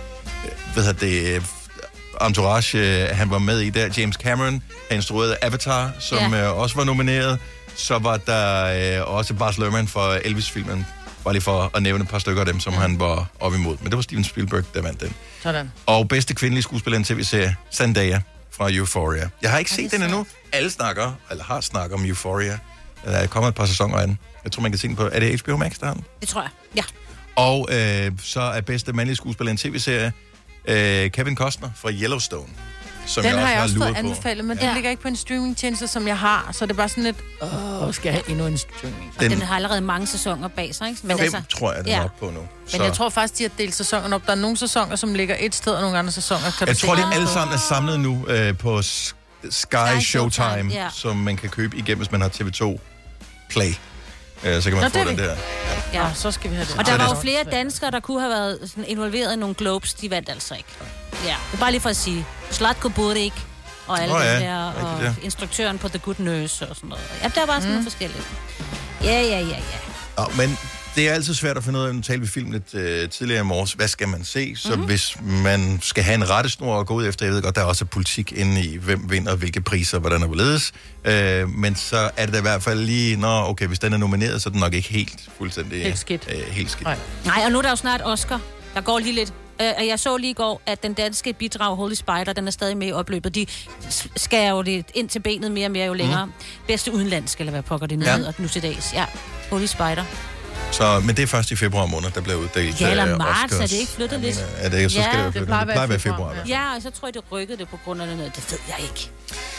hvad hedder det, entourage, uh, han var med i der. James Cameron har instrueret Avatar, som ja. uh, også var nomineret. Så var der uh, også Baz Luhrmann for Elvis-filmen. Bare lige for at nævne et par stykker af dem, som mm. han var op imod. Men det var Steven Spielberg, der vandt den. Sådan. Og bedste kvindelige skuespiller i en tv-serie, Zendaya fra Euphoria. Jeg har ikke set den endnu. Alle snakker, eller har snakket om Euphoria. Der er kommet et par sæsoner af den. Jeg tror, man kan se den på... Er det H B O Max, der har den? Det tror jeg, ja. Og øh, så er bedste mandlige skuespiller i en tv-serie, øh, Kevin Costner fra Yellowstone. Som den jeg har jeg også også har fået anbefalet, men ja. den ligger ikke på en streamingtjeneste, som jeg har. Så det er bare sådan lidt, åh, skal jeg have endnu en streaming? Den, den har allerede mange sæsoner bag sig, ikke? Men Fem, altså, tror jeg, den ja. er oppe på nu. Så. Men jeg tror faktisk, de har delt sæsonen op. Der er nogle sæsoner, som ligger et sted, og nogle andre sæsoner kan Jeg du tror, se. de alle sammen er samlet nu øh, på Sky, Sky Showtime, Showtime ja. som man kan købe igennem, hvis man har T V to Play. Øh, så kan man Nå, få den der. Ja. ja, så skal vi have det. Og der var jo flere danskere, der kunne have været sådan involveret i nogle Globes. De vandt altså ikke. Ja, det er bare lige for at sige. Zlatko Buric og alle oh, ja. dem der, og Rigtig, ja. instruktøren på The Good Nurse og sådan noget. Ja, der var sådan mm. noget forskelligt. Ja, ja, ja, ja. Ja, men det er altid svært at finde ud af, nu talte vi film lidt øh, tidligere i morges, hvad skal man se? Så mm-hmm. hvis man skal have en rettesnor at gå ud efter, jeg ved godt, der er også politik inde i, hvem vinder, hvilke priser, hvordan er hvorledes. Øh, men så er det da i hvert fald lige, nå okay, hvis den er nomineret, så er den nok ikke helt fuldstændig... Helt skidt. Øh, helt skidt. Nej. Nej, og nu er der jo snart Oscar. Der går lige lidt... Og jeg så lige i går, at den danske bidrag, Holy Spider, den er stadig med i opløbet. De skal jo det ind til benet mere og mere jo længere. Mm. Bedste udenlandsk, eller hvad pokker det nu, ja. og nu til dags. Ja, Holy Spider. Så, men det er først i februar måned, der bliver uddelt ja, eller marts, Oscars. Er det ikke flyttet lidt? Er det, så skal ja, det jo flytte. Det plejer at være februar. Ja, og så tror jeg, det rykkede det på grund af noget. Det ved jeg ikke.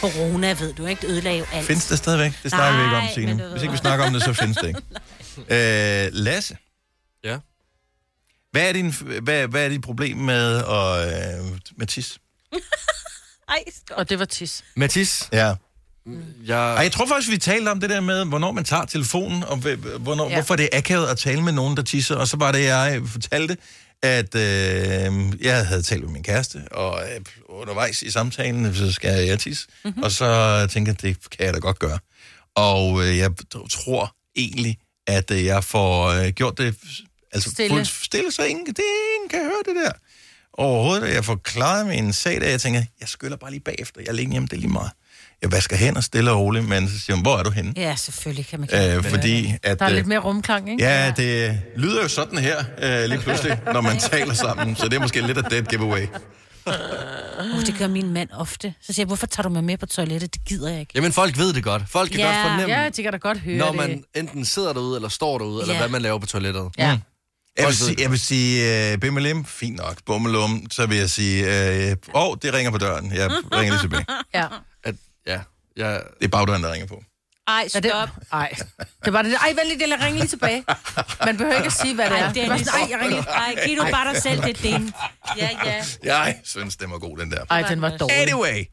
Corona, ved du ikke, det ødelagde jo alt. Findes det stadigvæk? Det snakker vi ikke om, Signe. men- Hvis ikke vi snakker om det, så findes det ikke. Øh, Lasse? Ja? Hvad er, din, hvad, hvad er dit problem med, og, øh, med tis? Ej, Og det var tis. Mathis? Ja. Jeg... Ej, jeg tror faktisk, vi talte om det der med, hvornår man tager telefonen, og hv- hvornår, Ja. ja. hvorfor det er akavet at tale med nogen, der tisser. Og så var det, jeg fortalte, at øh, jeg havde talt med min kæreste, og øh, undervejs i samtalen, så skal jeg tisse. Mm-hmm. Og så tænkte jeg, det kan jeg da godt gøre. Og øh, jeg tror egentlig, at øh, jeg får øh, gjort det altså Stille. fuldt stille, så ingen, det, ingen kan høre det der. Overhovedet, jeg får klaret min sag, der jeg tænker, jeg skyller bare lige bagefter, jeg er alene hjemme, det er lige meget. Jeg vasker hænder stille og roligt, men så siger hun, hvor er du henne? Ja, selvfølgelig kan man ikke. Øh, fordi at, Der er øh, lidt mere rumklang, ikke? ja, det lyder jo sådan her øh, lige pludselig, når man taler sammen, så det er måske lidt af dead giveaway. Uh, det gør min mand ofte. Så siger jeg, hvorfor tager du mig med på toilettet? Det gider jeg ikke. Jamen, folk ved det godt. Folk kan Ja. godt fornemme, Ja, de kan da godt høre når det. man enten sidder derude, eller står derude, Ja. eller hvad man laver på toilettet. Ja. Mm. Jeg vil sige, jeg vil sige uh, bimmelim, fint nok, bummelum, så vil jeg sige, åh, uh, oh, det ringer på døren, jeg ringer lige tilbage. Ja. At, ja, jeg... Det er bagdøren, der ringer på. Ej, Ja, det, stop. ej. Det var det. Ej, vent lidt, jeg ringer lige tilbage. Man behøver ikke at sige, hvad det er. Ej, Det var Dennis. sådan, ej, jeg ringer lige. Ej, giv nu bare dig selv det ding. Ja, ja. Jeg synes, den var god, den der. Ej, den var dårlig. Anyway.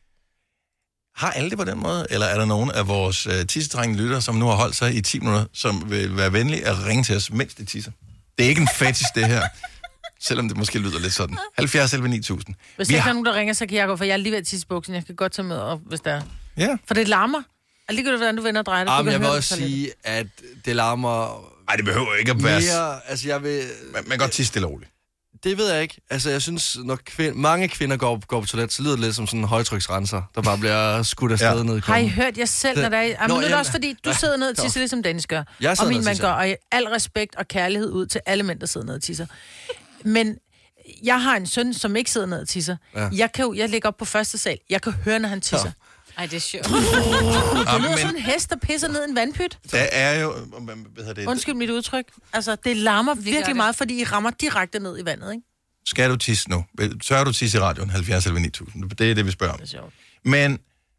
Har alle det på den måde? Eller er der nogen af vores uh, tissetrængende lytter, som nu har holdt sig i ti minutter, som vil være venlige at ringe til os, mens de tisser? Det er ikke en fetish, det her. Selvom det måske lyder lidt sådan. halvfjerds elleve ni tusind. Hvis Vi der ikke har- er nogen, der ringer, så kan jeg gå, for jeg er lige ved at tisse i buksen. Jeg kan godt tage med op, hvis der er. Ja. For det larmer. Og lige hvordan du vender og drejer det. Du Ah, men kan jeg vil høre også det på sige, at det larmer... Ej, det behøver ikke at være... Mere, altså jeg vil... Man, man kan godt tisse stille og roligt. Det ved jeg ikke. Altså, jeg synes, når kvind, mange kvinder går, går på toilet, så lyder det lidt som sådan en højtryksrenser, der bare bliver skudt afsted ja. ned i Har I kummen. hørt jer selv, når der er... Jamen, Nå, nu er det jamen- også fordi, du sidder ned og tisser, ligesom Dennis gør. Jeg Og sidder min ned og mand tisser. gør, og al respekt og kærlighed ud til alle mænd, der sidder ned og tisser. Men jeg har en søn, som ikke sidder ned og tisser. Ja. Jeg, kan jo, jeg ligger op på første sal. Jeg kan høre, når han tisser. Ej, det er sjovt. Det Ah, lyder men- som en hest, der pisser ned i en vandpyt. Der er jo... Hvad hedder det? Undskyld mit udtryk. Altså, det larmer gør virkelig det. meget, fordi I rammer direkte ned i vandet, ikke? Skal du tisse nu? Tør du tisse i radioen? halvfjerds elleve ni tusind. Det er det, vi spørger om. Det er sjovt. Men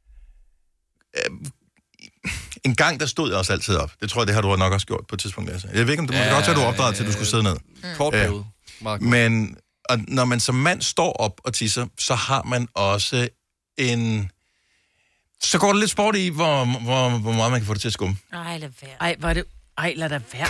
øh, en gang, der stod jeg også altid op. Det tror jeg, det har du nok også gjort på et tidspunkt. Altså. Jeg ved ikke, om du ja, måske godt tage, du opdraget til, at du skulle sidde ned. Kort Ja. periode. Meget kort. Men og når man som mand står op og tisser, så har man også en... Så går der lidt sport i, hvor, hvor, hvor meget man kan få det til at skumme. Ej, lad være. Ej, var det... Ej, lad da være.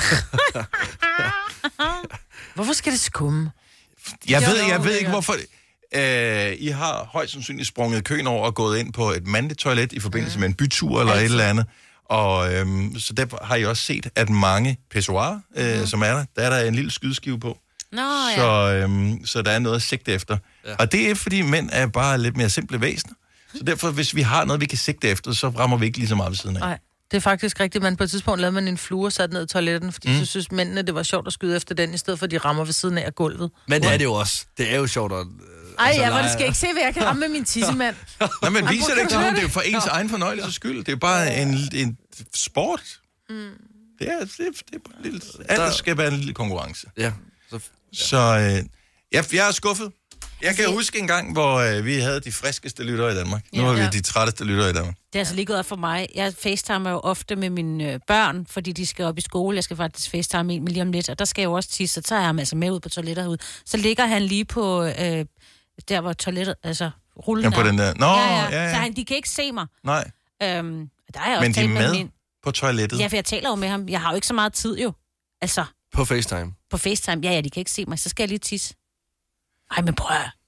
Hvorfor skal det skumme? Jeg Jo, ved, jeg jo, ved det ikke, gør. hvorfor... Øh, I har højst sandsynligt sprunget køen over og gået ind på et mandligt toilet i forbindelse med en bytur eller et eller andet. Og øhm, så der har I også set, at mange pissoirer, øh, som er der, der er der en lille skydeskive på. Nå, ja. Så, øhm, så der er noget at sigte efter. Ja. Og det er, fordi mænd er bare lidt mere simple væsener. Så derfor, hvis vi har noget, vi kan sigte efter, så rammer vi ikke lige så meget ved siden af. Nej, det er faktisk rigtigt. Man på et tidspunkt lavede man en flue og satte ned i toiletten, fordi mm. så synes mændene, det var sjovt at skyde efter den, i stedet for at de rammer ved siden af gulvet. Men det er det jo også. Det er jo sjovt at... Ej, altså, ja, hvor det lege- skal ikke se, hvad jeg kan ramme med min tissemand. Nå, men viser det ikke sådan, høre det er jo for ens egen fornøjelses skyld. Det er jo bare en, en sport. Mm. Det er, det, er, det er bare en lille... Alt skal være en lille konkurrence. Ja. Så, Så øh, jeg, jeg er skuffet. Jeg kan huske en gang, hvor øh, vi havde de friskeste lyttere i Danmark. Nu Ja. har vi Ja. de trætteste lyttere i Danmark. Det er altså lige gået op for mig. Jeg facetimer jo ofte med mine øh, børn, fordi de skal op i skole. Jeg skal faktisk facetime en med lige om lidt, og der skal jeg jo også tisse, så tager jeg ham altså med ud på toilettet herude. Så ligger han lige på, øh, der hvor toilettet, altså rullen Ja, på er. den der. Nå, ja, ja. ja, ja. Så han, de kan ikke se mig. Nej, Øhm, der er jeg også men de er talt med min... på toilettet. Ja, for jeg taler jo med ham. Jeg har jo ikke så meget tid jo. Altså, På FaceTime. på FaceTime. Ja, ja, de kan ikke se mig. Så skal jeg lige tisse. Ej, men prøv at...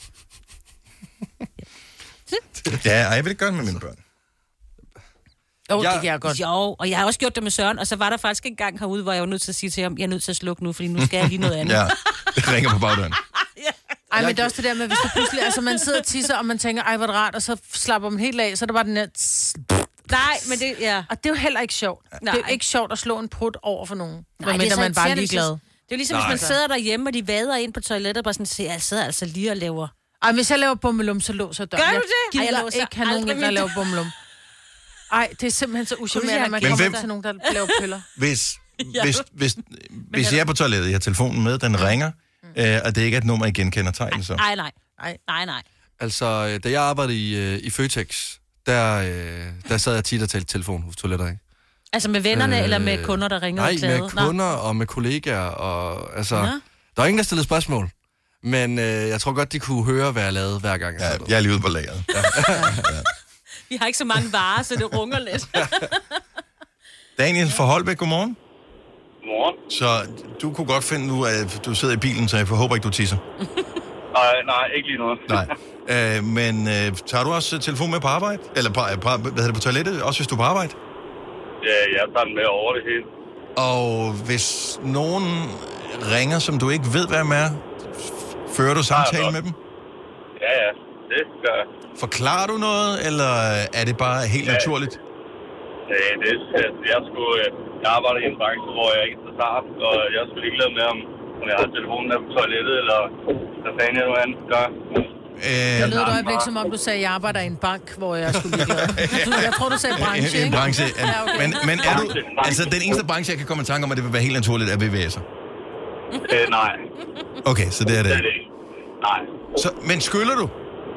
Ja, ej, jeg vil ikke gøre det med mine børn. Jo, Jeg- det kan jeg godt. Jo, og jeg har også gjort det med Søren, og så var der faktisk en gang herude, hvor jeg var nødt til at sige til ham, jeg er nødt til at slukke nu, fordi nu skal jeg lige noget andet. Ja, det ringer på bagdøren. Ej, men det er også det der med, hvis du pludselig... Altså, man sidder og tisser, og man tænker, ej, hvor er det rart, og så slapper man helt af, så er der bare den der... Nej, men det, ja. Og det er jo heller ikke sjovt. Nej. Det er jo Nej. ikke sjovt at slå en prut over for nogen. Nej, Nej, det er så man bare er irriterende, ligeglad. Det er jo ligesom, Nej. hvis man sidder derhjemme, og de vader ind på toilettet, og bare sådan siger, jeg sidder altså lige og laver... Ej, hvis jeg laver bummelum, så låser døren. Gør du Jeg det? Ej, jeg gider låser ikke have nogen, aldrig der min laver dør. bummelum. Ej, det er simpelthen så uschammerende, at man Men kommer hvem- til nogen, der laver pøller. Hvis, hvis, hvis, hvis jeg er på toilettet, jeg har telefonen med, den ringer, øh, og det ikke er et nummer, jeg genkender tegnet så. Nej, nej. Nej. Nej, nej. Altså, øh, da jeg arbejdede i, øh, i Føtex, der, øh, der sad jeg tit og talte telefon hos toiletter, ikke? Altså med vennerne, øh, eller med kunder, der ringede nej, og klagede? med kunder Nå. og med kollegaer, og altså... Ja. Der var ingen, der stillede spørgsmål. Men øh, jeg tror godt, de kunne høre, hvad jeg lavede hver gang. Ja, jeg er lige ude på lageret. Ja. Ja. Vi har ikke så mange varer, så det runger lidt. Daniel fra Holbæk, godmorgen. Godmorgen. Så du kunne godt finde nu, at du sidder i bilen, så jeg håber ikke, du tisser. Nej, nej, ikke lige nu. Nej. Øh, men øh, tager du også telefon med på arbejde? Eller på, på, hvad hedder det, på toilettet? Også hvis du er på arbejde? Ja, jeg tager den med over det hele. Og hvis nogen ringer, som du ikke ved, hvad med er, fører du samtale med dem? Ja, ja, det gør jeg. Forklarer du noget, eller er det bare helt ja. naturligt? Ja, det er, jeg, skulle, jeg arbejder i en branche, hvor jeg ikke er så start, og jeg skulle ikke lade med, om, om jeg har telefonen der på toilettet, eller hvad fanden jeg nu andet gør. Øh, det lød et øjeblik, som om du sagde, at jeg arbejder i en bank, hvor jeg skulle blive glad. Du, jeg tror, du sagde branche, ikke? En branche, ja. Ja, okay. men, men er du... Altså, den eneste branche, jeg kan komme i tanke om, at det vil være helt naturligt, er V V S'er. Øh, nej. Okay, så det er det. Det er det ikke. Nej. Så, men skyller du?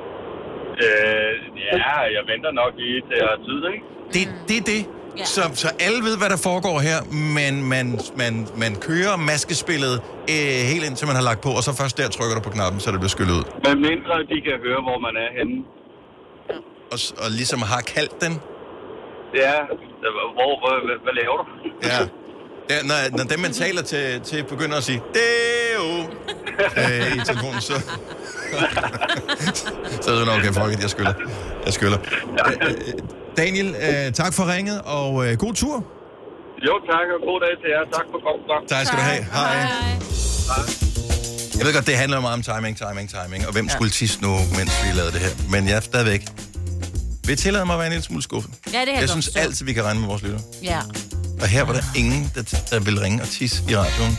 Øh, ja, jeg venter nok lige til jeg har tid, ikke? Det er det, det. Ja. Så, så alle ved, hvad der foregår her, men man, man, man kører maskespillet øh, helt indtil man har lagt på, og så først der trykker du på knappen, så det bliver skyllet ud. Men mindre de kan høre, hvor man er henne. Og, og ligesom har kaldt den? Ja, hvor, hvad, hvad, hvad laver du? Ja. Ja, når, når dem, man taler til, til begynder at sige, det er jo øh, i telefonen, så... så er det nok, okay, fuck it, jeg skylder. Jeg skylder. Øh, Daniel, øh, tak for ringet, og øh, god tur. Jo, tak, og god dag til jer. Tak for godt program. Tak skal du have. Hej. Hej. Jeg ved godt, det handler meget om timing, timing, timing, og hvem ja. skulle tisse nu, mens vi lavede det her. Men jeg er stadigvæk... Vil tillade mig at være en lille smule skuffet? Ja, det er jeg synes så. altid, vi kan regne med vores lytter. Ja. Og her var der ingen, der, der ville ringe og tisse i radioen.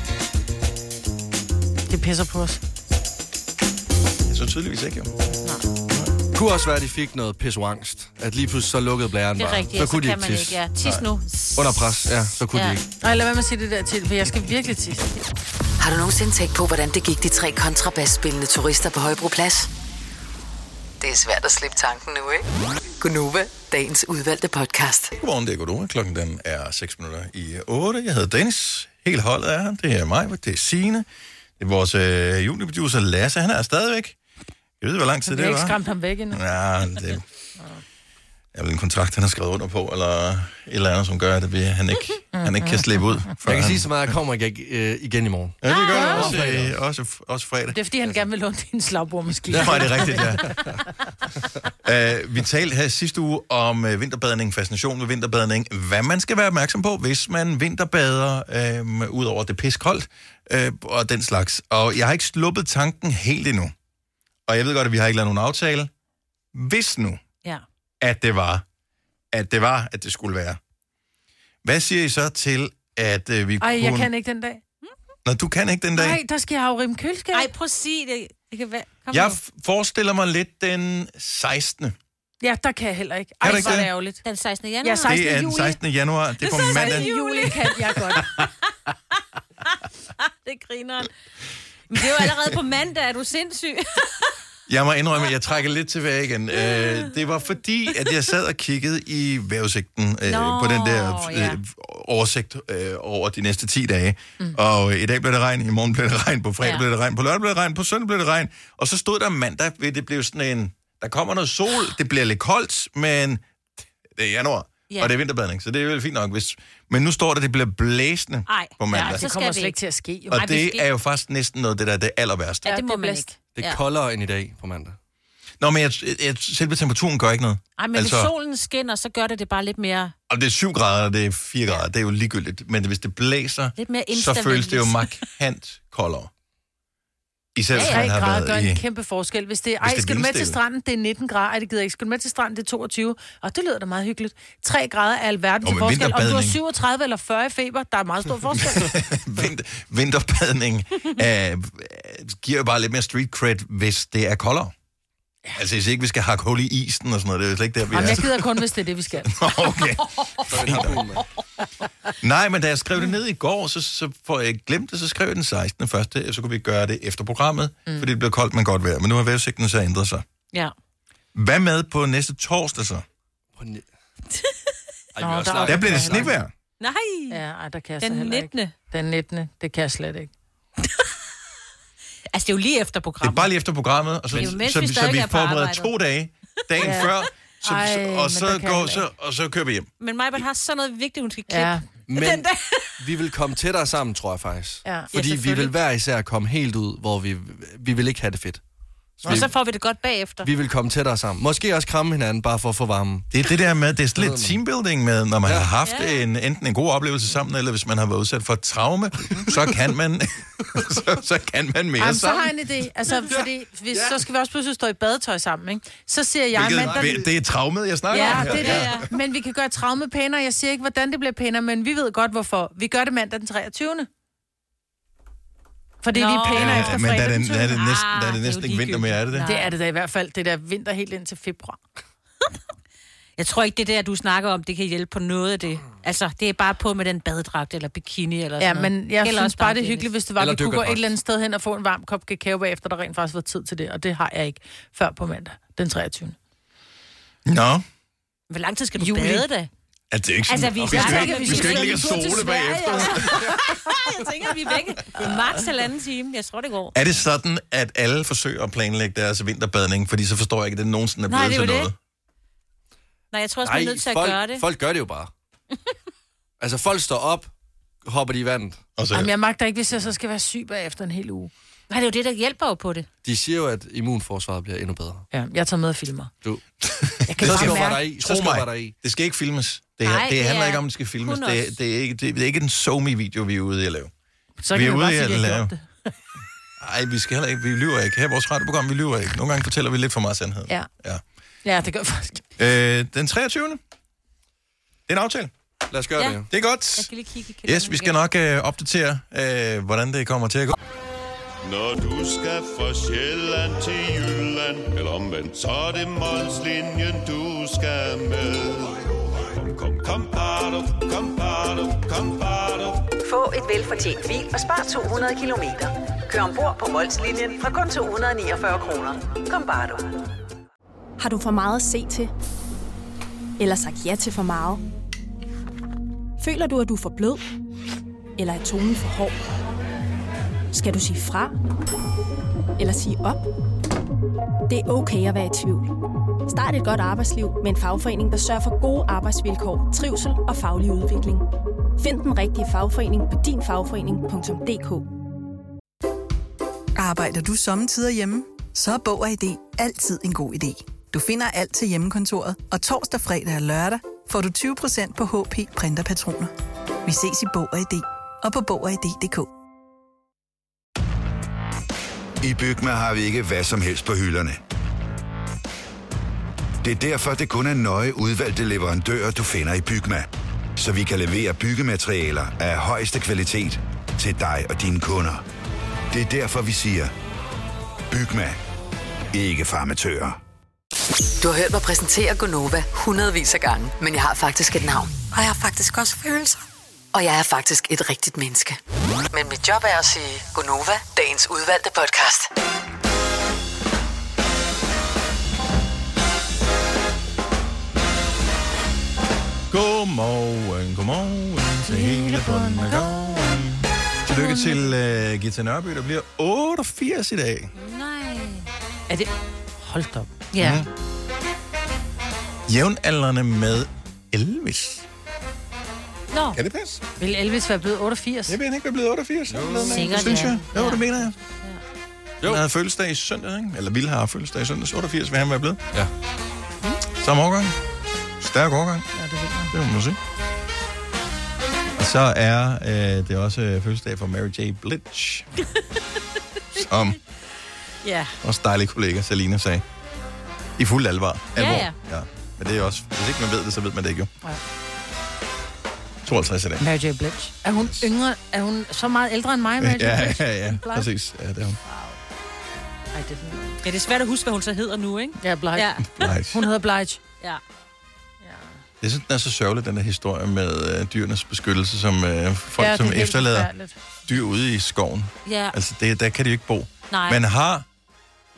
Det pisser på os. Jeg synes tydeligvis ikke, jo. Det kunne også være, at de fik noget pissoangst. At lige pludselig så lukkede blæren bare. Det er rigtigt, så, så kunne de ikke tisse. Ikke, ja. Tis nu. Under pres, ja, så kunne ja. de ikke. Nej, lad være med at sige det der til, for jeg skal virkelig tisse. Har du nogensinde tænkt på, hvordan det gik de tre kontrabasspillende turister på Højbroplads? Det er svært at slippe tanken nu, ikke? Gunova, dagens udvalgte podcast. Godmorgen, det er Gunova. Klokken den er seks minutter i otte. Jeg hedder Dennis. Hele holdet er her. Det er mig, det er Signe. Det er vores øh, juniorproducer Lasse. Han er stadigvæk. Jeg ved, hvor lang tid det var. Jeg har ikke skræmt ham væk endnu. Ja, det er vel en kontrakt, han har skrevet under på, eller et eller andet, som gør, at han ikke, han ikke kan slippe ud. Jeg kan han... sige så meget, at jeg kommer igen, øh, igen i morgen. Ja, det gør jeg også, øh, også, også fredag. Det er, fordi han gerne vil låne din slagbordmaskine. Ja, det er rigtigt, ja. uh, vi talte her sidste uge om uh, vinterbadning, fascination med vinterbadning. Hvad man skal være opmærksom på, hvis man vinterbader, uh, ud over det piskoldt uh, og den slags. Og jeg har ikke sluppet tanken helt endnu. Og jeg ved godt, at vi har ikke lavet nogen aftale. Hvis nu, ja. at det var, at det var, at det skulle være. Hvad siger I så til, at uh, vi Ej, kunne... jeg kan ikke den dag. Nå, du kan ikke den dag? Nej, der skal jeg afrime køleskab. Ej, prøv at sige det. Det kan være... Kom jeg nu. forestiller mig lidt den sekstende. Ja, der kan jeg heller ikke. Ej, det hvor er det ærgerligt. Den sekstende januar? Ja, sekstende Det er den juli. sekstende januar. Det er på mandag. sekstende juli kan jeg godt. Det griner. Men det er jo allerede på mandag, er du sindssyg? Jeg må indrømme, at jeg trækker lidt tilbage igen. Øh, det var fordi, at jeg sad og kiggede i vejrudsigten øh, Nå, på den der øh, ja. oversigt øh, over de næste ti dage. Mm. Og i dag blev det regn, i morgen blev det regn, på fredag ja. blev det regn, på lørdag blev det regn, på søndag blev det regn. Og så stod der mandag, ved det blev sådan en... Der kommer noget sol, det bliver lidt koldt, men det er januar. Ja. Og det er vinterbadning, så det er jo fint nok. Hvis... Men nu står der, at det bliver blæsende Ej, på mandag. Ja, så kommer slet ikke til at ske. Jo. Og Ej, det skal... er jo faktisk næsten noget, det der er det aller værste. Ja, det må det man blæst. ikke. Det er Ja. koldere end i dag på mandag. Nå, men jeg, jeg, selve temperaturen gør ikke noget. Ej, men altså... hvis solen skinner, så gør det det bare lidt mere... Og det er syv grader, og det er fire grader, det er jo ligegyldigt. Men hvis det blæser, Lidt mere så instant føles det jo release. markant koldere. Især hvis tre man har grader gør været en i... kæmpe forskel. Hvis det er, Hvis ej, det er skal du med til vindstille. stranden, det er nitten grader. Ej, det gider jeg ikke. Skal du med til stranden, det er toogtyve. Og det lyder da meget hyggeligt. tre grader er alverden til men forskel. Om du har vinterbadning. syvogtredive eller fyrre i feber, der er meget stor forskel. Vinter, vinterbadning øh, giver jo bare lidt mere street cred, hvis det er koldere. Ja. Altså, hvis ikke vi skal hakke hul i isen og sådan noget, det er jo slet ikke der, vi Jamen, er. jeg gider kun, hvis det er det, vi skal. Okay. Nej, men da jeg skrev det ned i går, så, så får jeg glemt det, så skrev jeg den sekstende første, så kunne vi gøre det efter programmet, mm. fordi det blev koldt, men godt vejr. Men nu har vejrudsigten så ændret sig. Ja. Hvad med på næste torsdag så? På næ- Nå, Ej, der, Der bliver det snevejr. Nej. Ja, ej, der kan jeg Den så heller nittende ikke. Den nittende. Det kan jeg slet ikke. Altså, det er jo lige efter Det programmet. er bare lige efter programmet, og så, Det er jo mens så, vi så, så stadig vi er på forbereder arbejdet. to dage, dagen Ja. før, så, Ej, så, men og, så der kan går, jeg så, og så kører vi hjem. Men Majbert har så noget vigtigt, hun skal klippe. Ja. Men Den dag. vi vil komme tættere sammen, tror jeg faktisk. Ja. Fordi Ja, vi selvfølgelig. vil hver især komme helt ud, hvor vi, vi vil ikke have det fedt. Og så får vi det godt bagefter. Vi vil komme tættere sammen. Måske også kramme hinanden, bare for at få varmen. Det er det der med, det er sådan lidt teambuilding med, når man Ja. har haft Ja. en, enten en god oplevelse sammen, eller hvis man har været udsat for et traume, så kan man, så, så kan man mere Jamen, så har sammen. jeg en idé. Altså, fordi hvis, så skal vi også pludselig stå i badetøj sammen, ikke? Så siger jeg, mandag... Hvilket, det er traumet, jeg snakker Ja, om her. det er det. Men vi kan gøre traume pænere. Jeg siger ikke, hvordan det bliver pænere, men vi ved godt, hvorfor. Vi gør det mandag den treogtyvende. Fordi Nå. vi er pænere Ja, efter men der fredag er den det, der er det tyvende. næsten, der er Ah, det det er næsten jo ikke vinter mere, er det det? Det er det da i hvert fald. Det der vinter helt ind til februar. Jeg tror ikke, det der, du snakker om, det kan hjælpe på noget af det. Altså, det er bare på med den badedragt eller bikini eller Ja, sådan noget. men jeg Eller synes også bare, det er Dennis. hyggeligt, hvis det var, Eller vi kunne gå dykkerdragt. et eller andet sted hen og få en varm kop kakao bagefter, der rent faktisk var tid til det. Og det har jeg ikke før på mandag, den treogtyvende. Nå, Hvor lang tid skal du Juli. bade da? altså, det er ikke sådan, Altså, vi, vi, skal, jeg ikke, tænker, vi skal ikke ligge og en tur til sole Sverige, bagefter. jeg tænker, vi er væk. Det er maks halvanden time. Jeg tror, det går. Er det sådan, at alle forsøger at planlægge deres vinterbadning, fordi så forstår jeg ikke, at det nogensinde er Nej, blevet det er til jo noget? Nej, jeg tror også, man er nødt til at folk, gøre det. folk gør det jo bare. Altså, folk står op, hopper de i vandet. Og så, Jamen, jeg magter ikke, hvis jeg så skal være syg bagefter en hel uge. Nej, det er jo det, der hjælper jo på det. De siger jo, at immunforsvaret bliver endnu bedre. Ja, jeg tager med og filmer. Du. Jeg kan Så bare skubber mærke... dig i. Så tro skubber mig, dig i. det skal ikke filmes. Det, her, Nej, det det handler er ikke om, at det skal filmes. kun Det, os. det, er ikke, det, det er ikke en somi-video, vi er ude i at lave. Så vi kan er vi ude bare i sige, at at vi har lave. gjort det. Nej, vi skal heller ikke. Vi lyver ikke. Her i vores radioprogram, vi lyver ikke. Nogle gange fortæller vi lidt for meget sandhed. Ja. Ja. Ja, det gør faktisk. Øh, den treogtyvende Det er en aftale. Lad os gøre Ja. det. Det er godt. Jeg skal lige kigge i kalenderen Yes, vi skal igen. nok øh, opdatere, øh, hvordan det kommer til at gå. Når du skal fra Sjælland til Jylland, eller omvendt, så er det Molslinjen, du skal med. Kom, kom, kom, bado, kom, bado, kom, bado. Få et velfortjent bil og spar to hundrede kilometer. Kør ombord på Molslinjen fra kun to hundrede niogfyrre kroner. Kom bare du. Har du for meget at se til? Eller sagt ja til for meget? Føler du, at du er for blød? Eller er tonen for hård? Skal du sige fra? Eller sige op? Det er okay at være i tvivl. Start et godt arbejdsliv med en fagforening, der sørger for gode arbejdsvilkår, trivsel og faglig udvikling. Find den rigtige fagforening på din fagforening punktum d k. Arbejder du sommetider hjemme? Så er Bog og I D altid en god idé. Du finder alt til hjemmekontoret, og torsdag, fredag og lørdag får du tyve procent på H P printerpatroner. Vi ses i Bog og I D og på bog og i d punktum d k. I Bygma har vi ikke hvad som helst på hylderne. Det er derfor, det kun er nøje udvalgte leverandører, du finder i Bygma. Så vi kan levere byggematerialer af højeste kvalitet til dig og dine kunder. Det er derfor, vi siger, Bygma. Ikke farmatører. Du har hørt mig præsentere Gonova hundredvis af gange, men jeg har faktisk et navn. Og jeg har faktisk også følelser. Og jeg er faktisk et rigtigt menneske. Men mit job er at sige Gonova, dagens udvalgte podcast. Godmorgen, godmorgen til hele Bondergården. Tillykke til uh, Gita Nørby, der bliver otteogfirs i dag. Nej. Er det... Hold da op. Ja. Mm. Jævnaldrende med Elvis. Nå. Kan det passe? Vil Elvis være blevet otteogfirs? Jeg ved ikke, være blevet otteogfirs. Jo, Sikkert, det synes ja. jeg. Jo, Ja. det mener jeg. Jo. Han havde fødselsdag i søndag, ikke? Eller ville have fødselsdag i søndag. otteogfirs vil han være blevet. Ja. Samme årgang. Stærk årgang. Ja, det ved jeg. Det må man sige. Og så er øh, det også øh, fødselsdag for Mary J. Blige. Som Ja. også dejlig kollega, Selina sagde. I fuld alvor. Ja, alvor. ja. ja. Men det er også, hvis ikke man ved det, så ved man det ikke jo. Ja. tooghalvtreds i dag. Mary J. Blige. Er hun yngre? Er hun så meget ældre end mig, Mary J. Blige? Ja, ja, ja. Blige? Præcis. Ja, det er hun. Ej, det er sådan... Ja, det er svært at huske, hvad hun så hedder nu, ikke? Ja, Blige. Ja. Blige. Hun hedder Blige. Ja. Jeg synes, den er så sørgelig, den der historie med øh, dyrenes beskyttelse, som øh, folk, Ja, ja, det er som helt efterlader forfærdeligt. dyr ude i skoven. Ja. Altså, det, der kan de jo ikke bo. Nej. Man har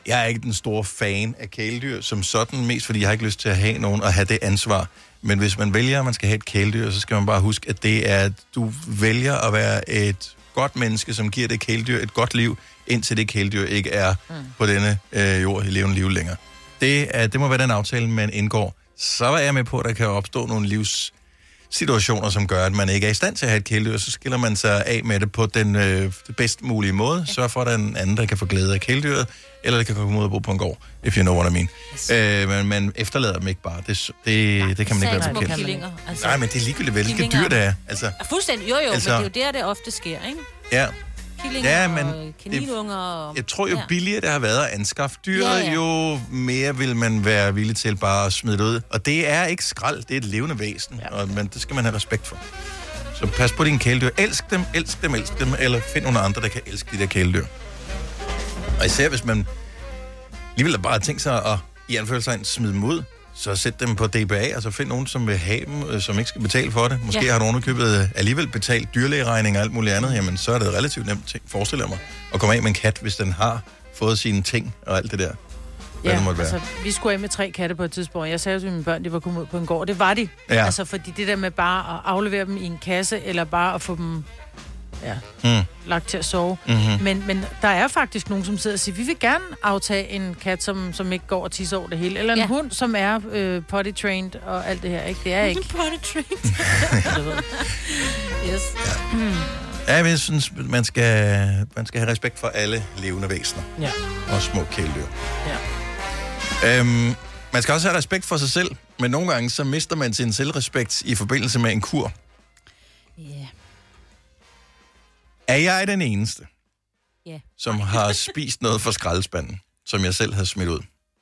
Jeg er ikke den store fan af kæledyr som sådan, mest fordi jeg har ikke lyst til at have nogen og have det ansvar. Men hvis man vælger, at man skal have et kæledyr, så skal man bare huske, at det er, at du vælger at være et godt menneske, som giver det kæledyr et godt liv, indtil det kæledyr ikke er mm. på denne øh, jord i levende liv længere. Det, er, det må være den aftale, man indgår. Så er jeg med på, at der kan opstå nogle livssituationer, som gør, at man ikke er i stand til at have et kæledyr. Så skiller man sig af med det på den øh, bedst mulige måde. Ja. Sørg for, at der er en anden, der kan få glæde af kæledyret, eller det kan komme ud og bo på en gård, if you know what I mean. Yes. Øh, men man efterlader dem ikke bare. Det, det, ja, det kan man ikke være bekendt. Killinger, altså. Nej, men det er ligegyldigt, hvilke dyr det er. Altså, fuldstændig, jo jo, altså, men det er jo der, det ofte sker, ikke? Ja. Killinger ja, men og kaninunger. Og... Jeg tror, jo ja. billigere det har været at anskaffe dyr, ja, ja. jo mere vil man være villig til bare at smide det ud. Og det er ikke skrald, det er et levende væsen, ja. og men det skal man have respekt for. Så pas på dine kæledyr. Elsk dem, elsk dem, elsk dem, eller find nogle andre, der kan elske de der kæledyr. Og især hvis man alligevel bare tænkt sig at i anførselstegn smide dem ud, så sæt dem på D B A, og så find nogen, som vil have dem, som ikke skal betale for det. Måske ja. har nogen købet alligevel betalt dyrlægeregning og alt muligt andet, jamen så er det relativt nemt, ting, forestiller mig, at komme af med en kat, hvis den har fået sine ting og alt det der. Hvad ja, det måtte være. Altså, vi skulle af med tre katte på et tidspunkt. Jeg sagde til mine børn, de var kommet ud på en gård. Det var de. Ja. Altså, fordi det der med bare at aflevere dem i en kasse, eller bare at få dem ja, mm. lagt til at sove. Mm-hmm. Men, men der er faktisk nogen, som sidder og siger, vi vil gerne aftage en kat, som, som ikke går og tisser over det hele. Eller en ja. hund, som er øh, potty-trained og alt det her. Ikke? Det er ikke. Potty-trained. Yes. Ja. Mm. Ja, jeg synes, man skal, man skal have respekt for alle levende væsener. Ja. Og små kæledyr. Ja. Øhm, man skal også have respekt for sig selv, men nogle gange så mister man sin selvrespekt i forbindelse med en kur. Ja. Yeah. Er jeg den eneste, yeah. som har spist noget fra skraldespanden, som jeg selv havde smidt ud?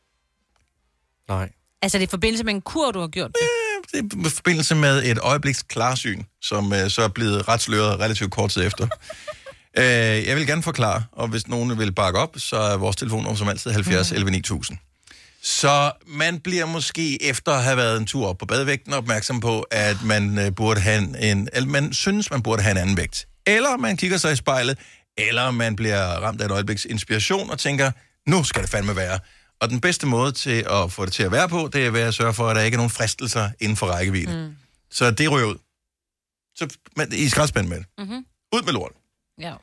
Nej. Altså, det er i forbindelse med en kur, du har gjort det? Ja, det er i forbindelse med et øjebliks klarsyn, som uh, så er blevet ret sløret relativt kort tid efter. uh, jeg vil gerne forklare, og hvis nogen vil bakke op, så er vores telefonnummer som altid halvfjerds elleve ni tusind. Så man bliver måske efter at have været en tur op på badevægten opmærksom på, at man uh, burde have en, eller man synes, man burde have en anden vægt. Eller man kigger sig i spejlet, eller man bliver ramt af et øjebliks inspiration og tænker, nu skal det fandme være. Og den bedste måde til at få det til at være på, det er ved at sørge for, at der ikke er nogen fristelser inden for rækkevidde. Mm. Så det ryger ud. Så man, I skraldespand med det. Mm-hmm. Ud med lort. Ja.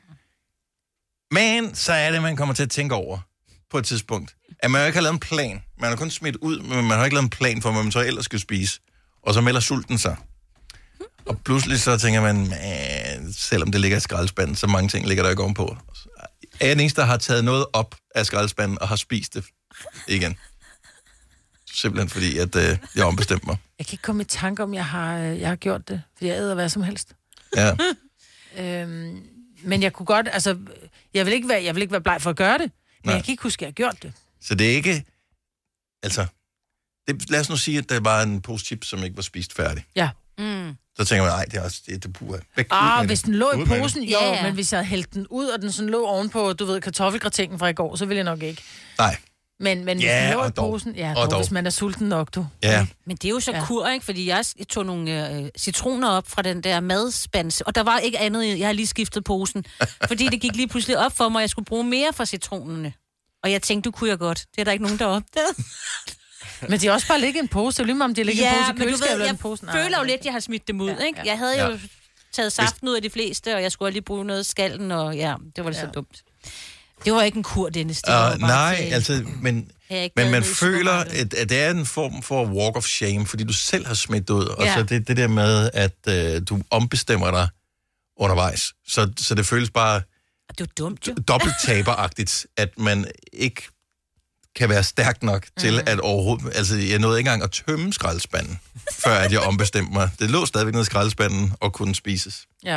Men så er det, man kommer til at tænke over på et tidspunkt, at man jo ikke har lavet en plan. Man har kun smidt ud, men man har ikke lavet en plan for, hvad man så ellers skal spise. Og så melder sulten sig. Og pludselig så tænker man, man selvom det ligger i skraldespanden, så mange ting ligger der ikke ovenpå. Er jeg den eneste, der har taget noget op af skraldespanden og har spist det igen? Simpelthen fordi, at øh, jeg ombestemte mig. Jeg kan ikke komme i tanke om, jeg har, jeg har gjort det, fordi jeg æder hvad som helst. Ja. øhm, men jeg kunne godt, altså, jeg vil ikke være, jeg vil ikke være bleg for at gøre det, men Nej. jeg kan ikke huske, at jeg har gjort det. Så det er ikke, altså, det, lad os nu sige, at der var en pose chips, som ikke var spist færdig. Ja. Mm. Så tænker man, nej, det er også det, det pure. Væk, ah, hvis den lå i posen, jo, ja, ja. men hvis jeg hældt den ud, og den sådan lå ovenpå, du ved, kartoffelgratingen fra i går, så ville jeg nok ikke. Nej. Men, men hvis ja, den lå i dog. posen, ja, og dog, hvis man er sulten nok, du. Ja. Men det er jo så Ja. kur, ikke? Fordi jeg tog nogle øh, citroner op fra den der madspans, og der var ikke andet, jeg har lige skiftet posen. Fordi det gik lige pludselig op for mig, at jeg skulle bruge mere fra citronerne. Og jeg tænkte, du kunne jeg godt. Det er der ikke nogen, der opdagede. Men de har også bare ligget i en pose. Det er jo lige meget, om de ligger i Ja, en pose i men du køleskabet ved, eller jeg en pose. Nej, føler jo nej. lidt, at jeg har smidt dem ud, Ja, ikke? ja. Jeg havde Ja. jo taget saften ud af de fleste, og jeg skulle lige bruge noget af skallen, og ja, det var det Ja. så dumt. Det var ikke en kur, Dennis. Det Uh, var bare nej, til... altså, men, Jeg ikke men været man nede i føler, supermarkedet. at, at det er en form for walk of shame, fordi du selv har smidt det ud. Og Ja. så det, det der med, at uh, du ombestemmer dig undervejs. Så, så det føles bare Det var dumt, jo. dobbelt taberagtigt, at man ikke kan være stærk nok til Mm. at overhovedet... Altså, jeg nåede ikke engang at tømme skraldespanden, før at jeg ombestemte mig. Det lå stadigvæk nede i skraldespanden og kunne spises. Ja.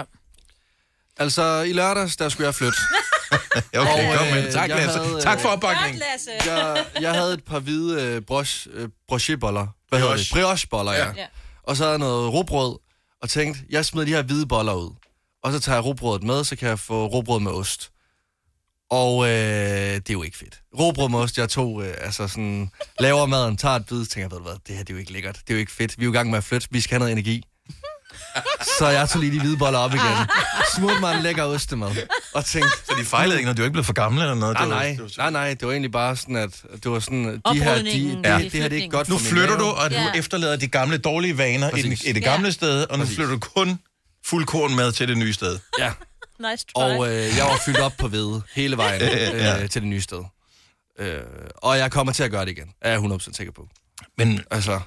Altså, i lørdags, der skulle jeg flytte. Okay, Og, kom med. øh, Tak, jeg Lasse. havde, Tak for øh, opbakningen. jeg, jeg havde et par hvide øh, broche, øh, brocheboller. Hvad hedder det? Brioche. Briocheboller, ja. Ja. Ja. Og så havde jeg noget rugbrød, og tænkte, jeg smider de her hvide boller ud. Og så tager jeg rugbrødet med, så kan jeg få rugbrød med ost. Og øh, det er jo ikke fedt. Rugbrød med ost, jeg tog, øh, altså sådan, laver maden, tager et bid, tænker, ved du hvad, det her det er jo ikke lækkert. Det er jo ikke fedt. Vi er jo i gang med at flytte, vi skal have noget energi. Så jeg tog lige de hvide boller op igen. Smurte mig en lækker ostemad. Og tænkte... Så de fejlede ikke, når du ikke blev for gammel eller noget? Nej, det var, nej, det var nej, nej. Det var egentlig bare sådan, at det var sådan... De her, de, de, ja. det, det her, det er ikke godt for nu min flytter mave. du, og du Ja. efterlader de gamle dårlige vaner i, den, i det gamle ja. sted, og nu Præcis. flytter du kun fuldkorn med til det nye sted. Ja. Nice try. Og øh, jeg var fyldt op på hvede hele vejen øh, ja. til det nye sted. Øh, og jeg kommer til at gøre det igen. Er jeg hundrede procent sikker på. Men altså...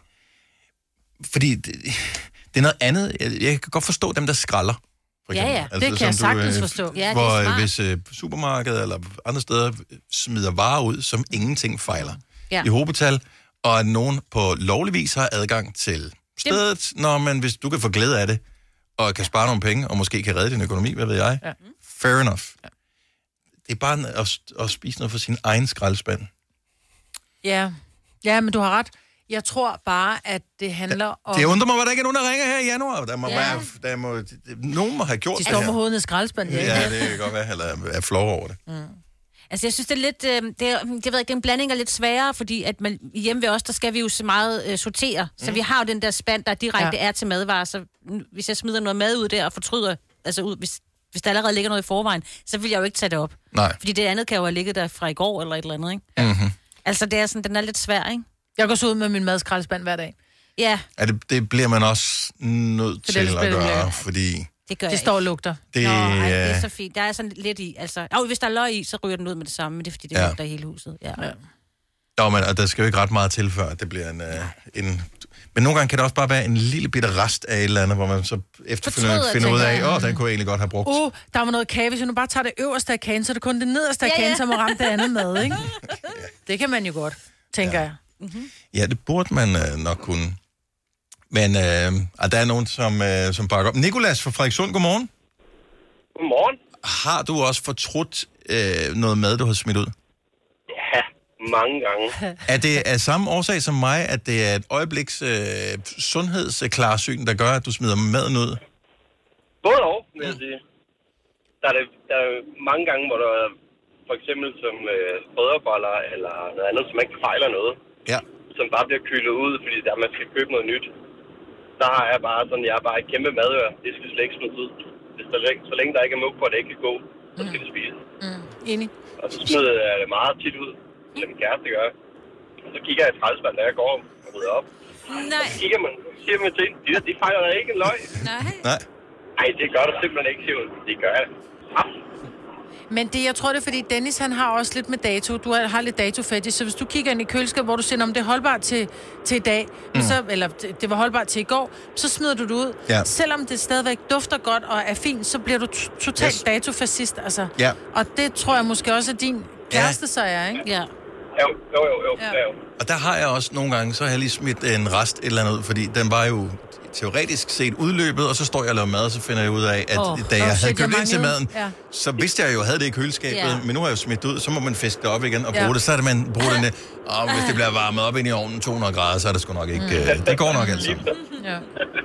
Fordi det, det er noget andet. Jeg, jeg kan godt forstå dem, der skralder. For ja, ja. altså, det kan jeg sagtens du, forstå. Ja, hvor det er smart. hvis øh, supermarkedet eller andre steder smider varer ud, som ingenting fejler Ja. i hobetal, og at nogen på lovlig vis har adgang til stedet, når man, hvis du kan få glæde af det, og kan spare nogle penge, og måske kan redde din økonomi, hvad ved jeg. Ja. Fair enough. Ja. Det er bare at, at spise noget for sin egen skraldespand. Ja. ja, men du har ret. Jeg tror bare, at det handler om... Det undrer mig, at der ikke er nogen, der ringer her i januar. Der må Ja. være, der må, nogen må have gjort De det står her. med hovedet i skraldespanden. Ja, det kan godt være, eller er flov over det. Mm. Altså, jeg synes, det er lidt... Øh, det, er, det, ved jeg ikke, den blanding er lidt sværere, fordi at man, hjemme ved os, der skal vi jo så meget øh, sortere. Så Mm. vi har jo den der spand, der direkte Ja. er til madvarer. Så hvis jeg smider noget mad ud der og fortryder, altså ud, hvis, hvis der allerede ligger noget i forvejen, så vil jeg jo ikke tage det op. Nej. Fordi det andet kan jo have ligget der fra i går eller et eller andet, ikke? Mm-hmm. Altså, det er sådan, den er lidt svær, ikke? Jeg går så ud med min madskraldespand hver dag. Ja. Ja, det, det bliver man også nødt det til er at lidt gøre, fordi... Det gør Det jeg står og ikke. lugter. Det, Nå, ej, det er øh, så fint. Der er sådan lidt i, altså... Og hvis der er løg i, så ryger den ud med det samme, men det er fordi, det Ja. lugter i hele huset. Ja. ja. Jo, men og der skal jo ikke ret meget til, før det bliver en, øh, en... Men nogle gange kan det også bare være en lille bitte rest af et eller andet, hvor man så efterfølgende Fortryder, finder ud af, tænker åh, jeg. oh, den kunne jeg egentlig godt have brugt. Uh, der var noget kage. Hvis jeg nu bare tager det øverste af kagen, så er det kun det nederste af Ja, kagen, ja. som har ramt det andet mad, ikke? Det kan man jo godt, tænker ja. jeg. Mm-hmm. Ja, det burde man øh, nok kunne. Men øh, og der er nogen, som, øh, som bakker op. Nikolas fra Frederikssund, godmorgen. Godmorgen. Har du også fortrudt øh, noget mad, du har smidt ud? Ja, mange gange. Er det af samme årsag som mig, at det er et øjebliks øh, sundhedsklarsyn, der gør, at du smider maden ud? Både og, vil jeg sige. Der er, det, der er mange gange, hvor der er for eksempel som øh, brødreboller eller noget andet, som ikke fejler noget. Ja. Som bare bliver kylet ud, fordi der man skal købe noget nyt. Der har jeg bare sådan, jeg er bare et kæmpe madør. Det skal slet ikke smides ud. Hvis der, så længe der ikke er mug på, at det ikke kan gå, så skal det spise. Mm. Enig. Og så smider jeg det meget tit ud, som min kæreste gør. Og så kigger jeg i skraldespanden, da jeg går og rydder op. Nej. Så kigger man, siger man til, de, de fejler da ikke en løg. Nej. Nej. Nej, det gør du simpelthen ikke, siger hun. Det gør jeg. Ah. Men det, jeg tror det er, fordi Dennis, han har også lidt med dato. Du har, har lidt datofetish, så hvis du kigger ind i køleskabet, hvor du siger, om det er holdbart til, til i dag, mm. så, eller det- det var holdbart til i går, så smider du det ud. Ja. Selvom det stadigvæk dufter godt og er fint, så bliver du t- totalt Yes. yes. datofascist, altså. Ja. Og det tror jeg måske også, at din kæreste så er, ikke? Ja. Jo, jo, jo, jo. Ja. jo. Og der har jeg også nogle gange, så har jeg lige smidt en rest et eller andet ud, fordi den var jo teoretisk set udløbet, og så står jeg og laver mad, og så finder jeg ud af, at Åh, oh, da oh, jeg havde shit, jeg købt ind til manglede. maden, Ja. så vidste jeg jo, at jeg havde det i køleskabet, Ja. men nu har jeg jo smidt det ud, så må man fiske det op igen og Ja. bruge det. Så er det, man bruger det, og hvis det bliver varmet op ind i ovnen to hundrede grader, så er det sgu nok ikke, mm. øh, det går nok alt sammen. Ja.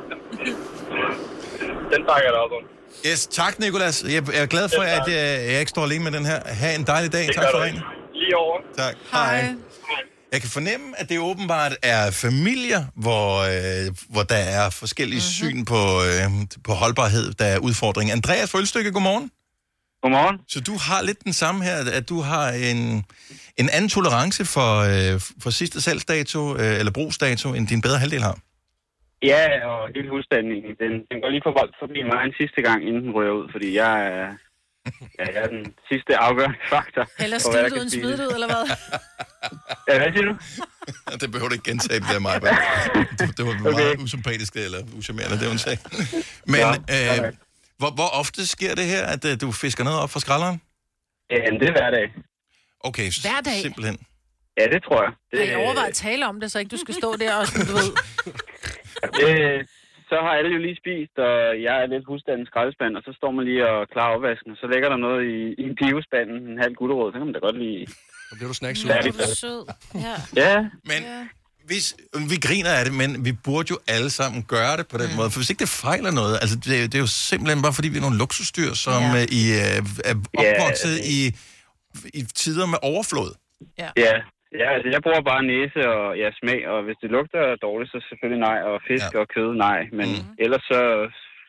Den bakker jeg op om. Yes, tak Nikolas. Jeg er glad for, at øh, jeg ikke står alene med den her. Ha' en dejlig dag. Det Tak gør for du ringen. ikke. Lige over. Tak. Hej. Jeg kan fornemme, at det åbenbart er familier, hvor, øh, hvor der er forskellige mm-hmm. syn på, øh, på holdbarhed, der er udfordring. Andreas fra Ølstykke, godmorgen. Godmorgen. Så du har lidt den samme her, at du har en, en anden tolerance for, øh, for sidste salgsdato, øh, eller brugsdato, end din bedre halvdel har. Ja, og hele husstanden, den, den går lige forbi, forbi mig en sidste gang, inden den rører ud, fordi jeg er, ja, jeg er den sidste afgørende faktor. Eller for, hvad der stillet ud kan en spises. smidt ud, eller hvad? Ja, hvad siger du? Det behøver du ikke gentage det der, Maja. Det, det var Okay. meget usympatisk eller uschammerende, det hun sagde. Men Ja, øh, okay. hvor, hvor ofte sker det her, at øh, du fisker noget op fra skralderen? Jamen, det er hver dag. Okay, s- Hver dag? simpelthen. Ja, det tror jeg. Det, Har I overvejet at tale om det, så ikke du skal stå der og sådan, du ved? det, så har alle jo lige spist, og jeg er lidt husstandens skraldespand, og så står man lige og klarer opvasken, og så lægger der noget i, i en pivespanden, en halv gulerod, så kan man da godt lige... Så bliver du snacks ud. Nå, du er sød. Ja. Ja, Men hvis, vi griner af det, men vi burde jo alle sammen gøre det på den mm. måde. For hvis ikke det fejler noget, altså det, er- det er jo simpelthen bare fordi, vi er nogle luksusdyr, som Ja. ja. i, øh, er opvokset i, i tider med overflod. Ja. ja. Ja, altså jeg bruger bare næse og ja, smag, og hvis det lugter dårligt, så selvfølgelig nej, og fisk ja. og kød nej, men mm. ellers så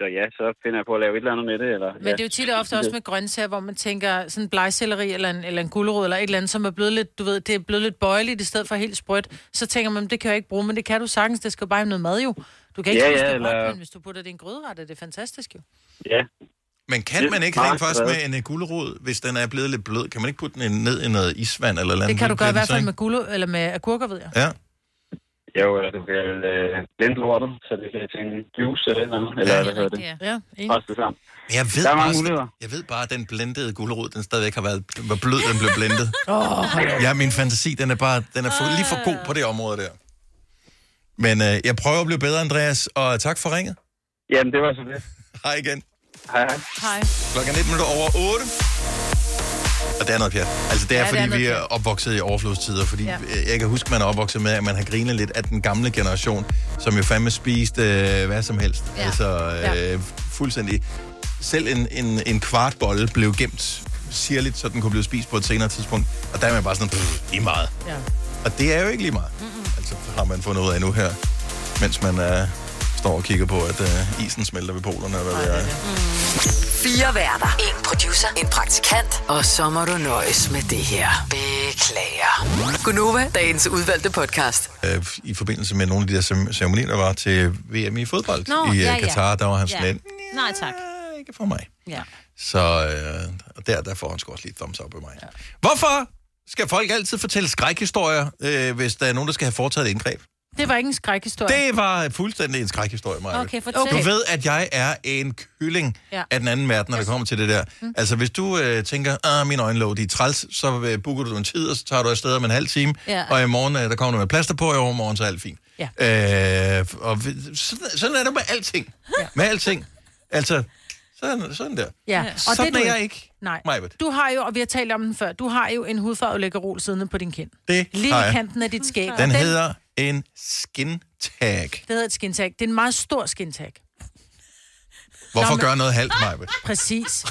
så ja, så finder jeg på at lave et eller andet med det. Eller, Men ja. det er jo tit og ofte også med grøntsager, hvor man tænker sådan en blegselleri eller en, eller en gulerod eller et eller andet, som er blevet lidt, du ved, det er blevet lidt bøjeligt i stedet for helt sprødt. Så tænker man, det kan jeg ikke bruge, men det kan du sagtens. Det skal jo bare have noget mad jo. Du kan ikke Ja, spise ja, det eller- råt, men hvis du putter det i en grødret, er det fantastisk jo. Ja. Men kan man ikke rent faktisk med en uh, gulerod, hvis den er blevet lidt blød, kan man ikke putte den ned i noget isvand eller noget? Det kan du gøre i hvert fald med guler, eller med agurker, ved jeg. Ja. Jo, eller du kan øh, blende lortet, så det kan til en juice eller noget andet. Eller hvad hedder det? Ja, enig. Det sammen. Men jeg ved, Der er mange bare, muligheder. jeg ved bare, at den blendede gulerod, den stadigvæk har været, hvor blød den blev blendet. Åh, Ja, min fantasi, den er bare, den er for, lige for god på det område der. Men øh, jeg prøver at blive bedre, Andreas, og tak for ringet. Jamen, det var så det. Hej igen. Hej, hej. Hej. Klokken nitten minutter over otte. Og det er noget pjat. Altså, det er, Ja, ja, det er fordi noget vi er pjat. opvokset i overflodstider. Fordi Ja. ja. jeg kan huske, man er opvokset med, at man har grinet lidt af den gamle generation, som jo fandme spiste øh, hvad som helst. Ja. Altså, øh, Ja. fuldstændig. Selv en, en, en kvartbolle blev gemt sirligt, så den kunne blive spist på et senere tidspunkt. Og der er man bare sådan, pff, lige meget. Ja. Og det er jo ikke lige meget. Mm-hmm. Altså, har man fundet ud af nu her, mens man øh, står og kigger på, at øh, isen smelter ved polerne, og hvad ved jeg. Fire værter. En producer. En praktikant. Og så må du nøjes med det her. Beklager. Gunova, dagens udvalgte podcast. Øh, I forbindelse med nogle af de der cem- ceremonier, der var til V M i fodbold Nå, i øh, ja, ja. Katar, der var han sådan Ja. lidt, Nej, tak. ikke for mig. Ja. Så øh, og der, der får han sgu også lige thumbs up af mig. Ja. Hvorfor skal folk altid fortælle skrækhistorier, øh, hvis der er nogen, der skal have foretaget et indgreb? Det var ikke en skrækhistorie. Det var fuldstændig en skrækhistorie, Maja. Okay, fortæl. Du ved, at jeg er en kylling Ja. af den anden verden, når det kommer til det der. Mm. Altså, hvis du øh, tænker, ah, mine øjenlåg, de er træls, så øh, booker du en tid, og så tager du afsted om en halv time, Ja. og i morgen, øh, der kommer du med plaster på, og i overmorgen, så er alt fint. Ja. Øh, og vi- sådan, sådan er det med alting. Med alting. Altså, sådan, sådan der. Ja, og Sådan det er du jeg ikke. Nej. Majbert. Du har jo, og vi har talt om den før, du har jo en hudfarvet lækkerol siddende på din kind. Det Lige har i jeg. kanten af dit skæg. Og Den hedder en skin tag. Det hedder et skin tag. Det er en meget stor skin tag. Hvorfor Nå, men- gøre noget halvt, Majbert? Præcis.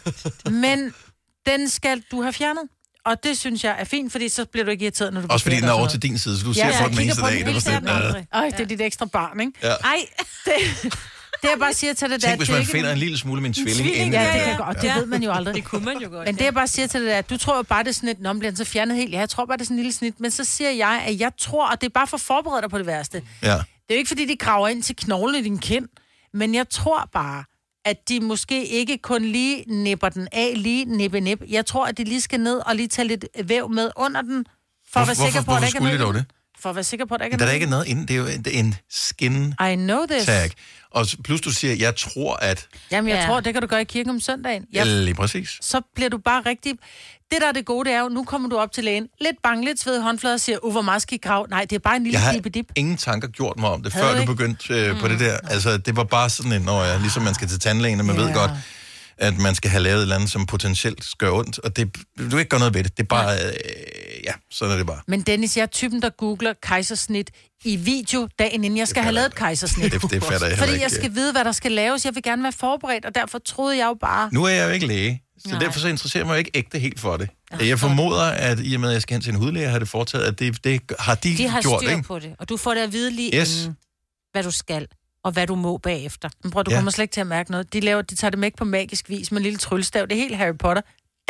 Men den skal du have fjernet. Og det synes jeg er fint, fordi så bliver du ikke irriteret, når du Også fordi bliver den er og over sådan til din side, så du noget. ser Ja, på jeg den kigger eneste på dag. den Det var hele sådan, tiden. øh, Ej, det er dit ekstra barn, ikke? Ja. Ej, det, det jeg bare siger til det der... Tænk, hvis det er man ikke finder en- en lille smule med en tvilling, tvilling, inden ja, det det er- kan godt. Det Ja. ved man jo aldrig. Det kunne man jo godt. Men det jeg bare siger til det der, du tror jo bare, det er sådan et, nå, bliver den så fjernet helt? Ja, jeg tror bare, det er sådan en lille snit. Men så siger jeg, at jeg tror, og det er bare for at forberede dig på det værste. Ja. Det er jo ikke, fordi de graver ind til knoglen i din kind, men jeg tror bare, at de måske ikke kun lige nipper den af, lige nippe nip. Jeg tror, at de lige skal ned og lige tage lidt væv med under den, for at være Hvorfor- sikker på, hvorfor at der ikke er skulle de noget dog inde. For at være sikker på, at der ikke er Der er noget ikke noget inde. Det er jo en, en skin I know this. tag. Og plus du siger, jeg tror, at... Jamen, jeg Ja. tror, det kan du gøre i kirken om søndagen. Ja. Jeg, Lige præcis. så bliver du bare rigtig... Det, der er det gode, det er jo, nu kommer du op til lægen, lidt bange, lidt sved i håndflader og siger, uh, hvor meget skal I grave? Nej, det er bare en lille Jeg har dip. ingen tanker gjort mig om det, Havde før du du ikke? begyndte øh, på det der. Altså, det var bare sådan en, når jeg, ligesom man skal til tandlægen, og man Ja. ved godt, at man skal have lavet et eller andet, som potentielt gør ondt, og det, du kan ikke gøre noget ved det. Det er bare, øh, ja, sådan er det bare. Men Dennis, jeg er typen, der googler kejsersnit i video dagen inden jeg skal have lavet et kejsersnit. Det, det fatter jeg Fordi heller jeg ikke. skal vide, hvad der skal laves. Jeg vil gerne være forberedt, og derfor troede jeg jo bare... Nu er jeg jo ikke læge, så Nej. derfor så interesserer jeg mig jo ikke ægte helt for det. Jeg formoder, at i og med, at jeg skal hen til en hudlæge, har det foretaget, at det, det har de, De har gjort, styr ikke? på det, og du får det at vide lige Yes. inden, hvad du skal, og hvad du må bagefter. Men bror, du Ja. ja. kommer slet ikke til at mærke noget. De, laver, de tager det med på magisk vis med en lille tryllestav. Det er helt Harry Potter.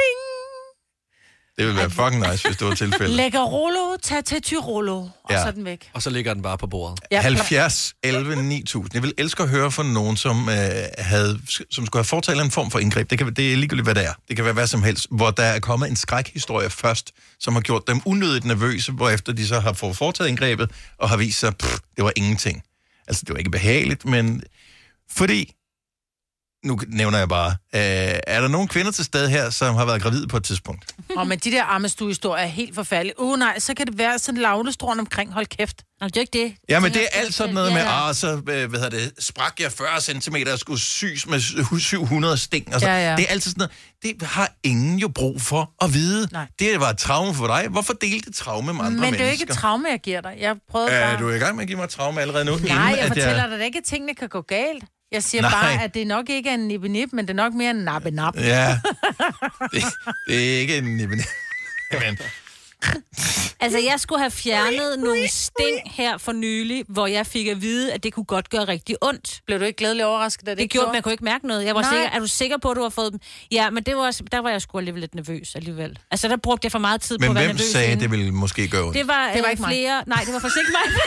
Det ville være fucking nice, hvis det var tilfældet. Lægger Rollo, tag til Tyrolo, og Ja. så er den væk. Og så ligger den bare på bordet. Ja, halvfjerds elleve ni tusind. Jeg vil elske at høre fra nogen, som, øh, havde, som skulle have foretaget en form for indgreb. Det, kan, det er ligegyldigt, hvad det er. Det kan være hvad som helst. Hvor der er kommet en skrækhistorie først, som har gjort dem unødigt nervøse, hvorefter de så har fået foretaget indgrebet, og har vist sig, pff, det var ingenting. Altså, det var ikke behageligt, men fordi... Nu nævner jeg bare, øh, er der nogle kvinder til stede her, som har været gravide på et tidspunkt? Og med de der armestue-historier er helt forfærdelige. Uh, nej, så kan det være sådan lavlestråen omkring, hold kæft. Nå, det er ikke det. Ja, men det er alt sådan noget Ja, med, ja. ah, så øh, hvad hedder det, sprak jeg fyrre centimeter og skulle sys med syv hundrede sting. Og så. Ja, ja. Det er altid sådan noget. Det har ingen jo brug for at vide. Nej. Det var et traume for dig. Hvorfor delte det traume med andre Men mennesker? det er jo ikke et traume, jeg giver dig. Jeg prøvede bare... Er du i gang med at give mig et traume allerede nu? Nej, inden, jeg at fortæller dig da ikke, at tingene kan gå galt. Jeg siger Nej. bare, at det nok ikke er en nip-nip, men det er nok mere en nap-nap. Ja, det, det er ikke en... Men, Altså, jeg skulle have fjernet nogle sting her for nylig, hvor jeg fik at vide, at det kunne godt gøre rigtig ondt. Blev du ikke glædelig overrasket, da det, det ikke gjorde? gjorde? Men jeg kunne ikke mærke noget. Jeg var Nej. sikker, er du sikker på, at du har fået dem? Ja, men det var også, der var jeg sgu alligevel lidt nervøs alligevel. Altså, der brugte jeg for meget tid Men på at være hvem nervøs. sagde, inden. det ville måske gøre ondt? Det var, Det var øh, ikke mig. flere... Nej, det var faktisk ikke mig.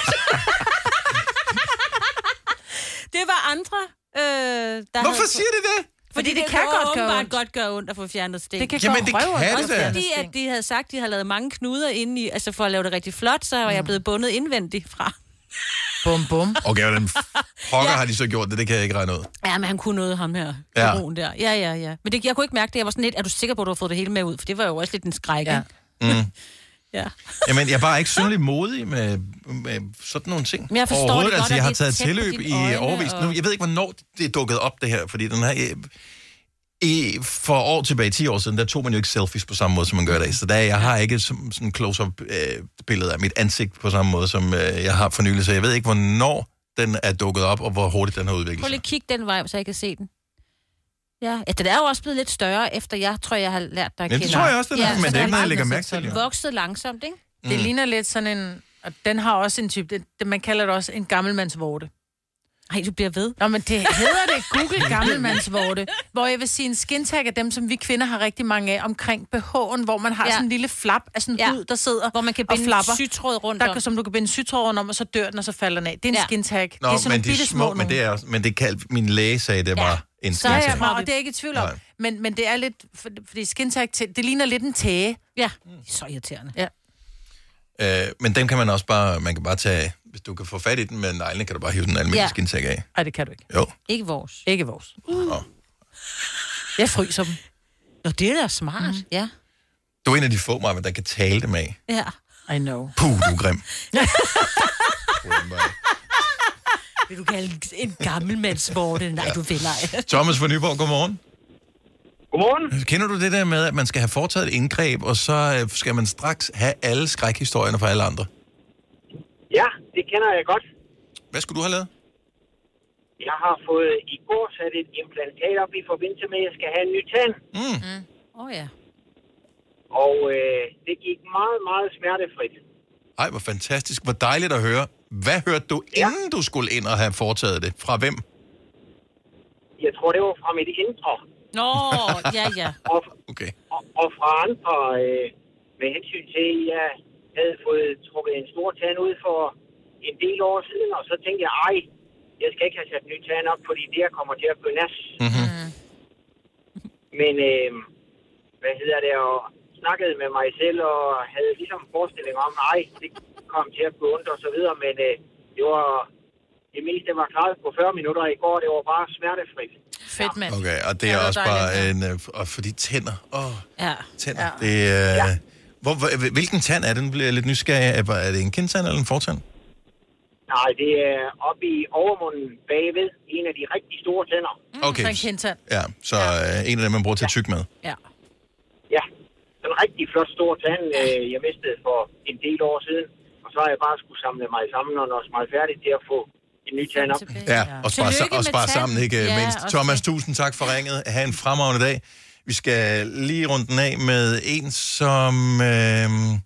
Det var andre, øh, der Hvorfor havde... siger de det? Fordi, Fordi det, det kan godt gøre ondt. godt gøre ondt at få fjernet sting. Det kan Jamen, det kan det Også da. fordi, at de havde sagt, at de havde lavet mange knuder inde i, altså for at lave det rigtig flot, så var jeg blevet bundet indvendigt fra. Bum, bum. Okay, hvordan pokker Ja. har de så gjort det? Det kan jeg ikke regne ud. Ja, men han kunne noget, ham her. Ja. Ja. Der. Ja, ja, ja. Men det, jeg kunne ikke mærke det. Jeg var sådan lidt, er du sikker på, at du har fået det hele med ud? For det var jo også lidt en skræk, ja. Mm. Ja. Jamen, jeg er bare ikke synderligt modig med, med sådan nogle ting. Men jeg forstår Overhovedet. det godt, altså, at jeg har det er taget tæt på tilløb dine i øjne, overvis. og- Nu, jeg ved ikke, hvornår det er dukket op, det her, fordi den her... I, for år tilbage, ti år siden, der tog man jo ikke selfies på samme måde, som man gør i dag. Så der, jeg har ikke sådan en close-up øh, billede af mit ansigt på samme måde, som øh, jeg har for nylig. Så jeg ved ikke, hvornår den er dukket op, og hvor hurtigt den har udviklet Prøv sig. lige at kigge den vej, så jeg kan se den. Ja, ja, den er jo også blevet lidt større, efter jeg tror, jeg har lært dig at Ja, det kende. tror jeg også, den er, men så det er ikke noget, jeg meget lægger mærke til, jo. Vokset langsomt, ikke? Det Mm. ligner lidt sådan en... Og den har også en type... Det, det, man kalder det også en gammelmandsvorte. Ej, du bliver ved. Nå, men det hedder det. Google gammelmandsvorte. Hvor jeg vil sige, en skintag er dem, som vi kvinder har rigtig mange af, omkring B H'en, hvor man har Ja. sådan en lille flap af sådan en Ja. hud, der sidder Hvor man kan og binde flapper. sytråd rundt Der, om. kan- som du kan binde sytråd rundt om, og så dør den, og så falder den af. Det er en Ja. ja. skintag. Nå, det er sådan men nogle de bitte små, men det er også, men det kan, min læge sagde, det var en Så er jeg, skintag. og det er jeg ikke i tvivl om. Nej. Men, men det er lidt... For, fordi skintag, det ligner lidt en tæge. Ja, så irriterende. Ja. Øh, men dem kan man også bare, man kan bare tage, hvis du kan få fat i den med neglene, kan du bare hive den almindelige Ja. ja. skintag af. Nej, det kan du ikke. Jo. Ikke vores. Ikke vores. Uh. Jeg fryser dem. Nå, det er da smart. Mm. Ja. Du er en af de få, Maja, der kan tale dem af. Ja. I know. Puh, du er grim. Vil du kalde en gammelmandsvorte? Nej, du vil ej. Thomas fra Nyborg, godmorgen. Godmorgen. Kender du det der med, at man skal have foretaget et indgreb, og så øh, skal man straks have alle skrækhistorierne fra alle andre? Ja, det kender jeg godt. Hvad skulle du have lavet? Jeg har fået i går sat et implantat op i forbindelse med, at jeg skal have en ny tand. Mm. Åh mm. oh, ja. Og øh, det gik meget, meget smertefrit. Ej, hvor fantastisk. Hvor dejligt at høre. Hvad hørte du, ja. inden du skulle ind og have foretaget det? Fra hvem? Jeg tror, det var fra mit indre. Nå, ja, ja. Og, okay. og, og fra andre øh, med hensyn til, at jeg havde fået trukket en stor tand ud for en del år siden, og så tænkte jeg, ej, jeg skal ikke have sat en ny tand op, fordi det her kommer til at gå nas. Mm-hmm. Men, øh, hvad hedder det, og snakkede med mig selv, og havde ligesom forestilling om, ej, det kom til at gå ondt og så videre, men øh, det var, det meste var klaret på fyrre minutter i går, det var bare smertefrit. Fedt, mand. Okay, og det er Ja, det er også bare dejligt, en... Øh, og for de tænder. Åh, oh, Ja. tænder. Ja. Det, øh, ja. hvor, hvor, hvilken tand er det? Nu bliver jeg lidt nysgerrig. Er, er det en kindtand eller en fortand? Nej, det er oppe i overmunden bagved, en af de rigtig store tænder. Okay. Så en kindtand. Ja, så øh, en af dem, man bruger til at tykke med. Ja. Ja, en rigtig flot stor tand, øh, jeg mistede for en del år siden. Og så har jeg bare skulle samle mig sammen og når mig færdig til at få en ny tand op. Ja, og spare, Tillykke og med spare tand. sammen, ikke Ja, mindst. også Thomas, det. tusind tak for ringet. Ha' en fremragende dag. Vi skal lige runde den af med en, som øh,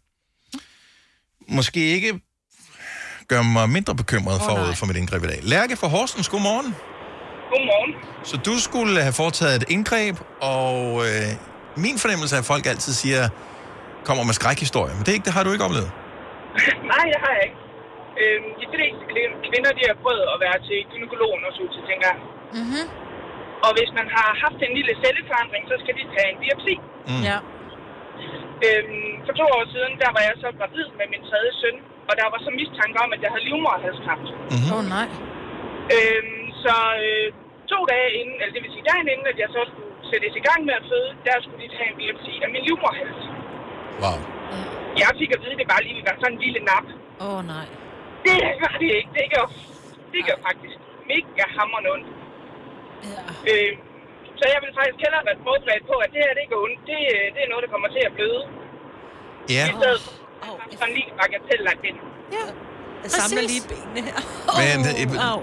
måske ikke gør mig mindre bekymret Åh, forud nej. for mit indgreb i dag. Lærke fra Horsens, godmorgen. Godmorgen. Så du skulle have foretaget et indgreb, og øh, min fornemmelse er, at folk altid siger, kommer med skrækhistorier. Men det, er ikke, det har du ikke oplevet. Nej, det har jeg ikke. Øhm, de fleste kvinder, de har prøvet at være til gynekologen og så til, tænker jeg. Mm-hmm. Og hvis man har haft en lille celleforandring, så skal de tage en biopsi. Mm. Ja. Øhm, for to år siden, der var jeg så gravid med min tredje søn, og der var så mistanke om, at jeg havde livmoderhalskræft. Åh, Mm-hmm. oh, nej. Øhm, så øh, to dage inden, eller det vil sige dagen inden, at jeg så skulle sættes i gang med at føde, der skulle de tage en biopsi af min livmoderhals. Wow. Jeg fik at vide, at det bare lige ville være sådan en lille nap. Åh, oh, nej. Det gør det ikke. Det gør, det gør faktisk mega hammerende ondt. Ja. Øh, så jeg vil faktisk hellere være forberedt på, at det her det ikke er ondt. Det, det er noget, der kommer til at bløde. Ja, I stedet for sådan lige bagatellagt ind. Ja. Jeg samler lige benene her. men, Åh, øh, au.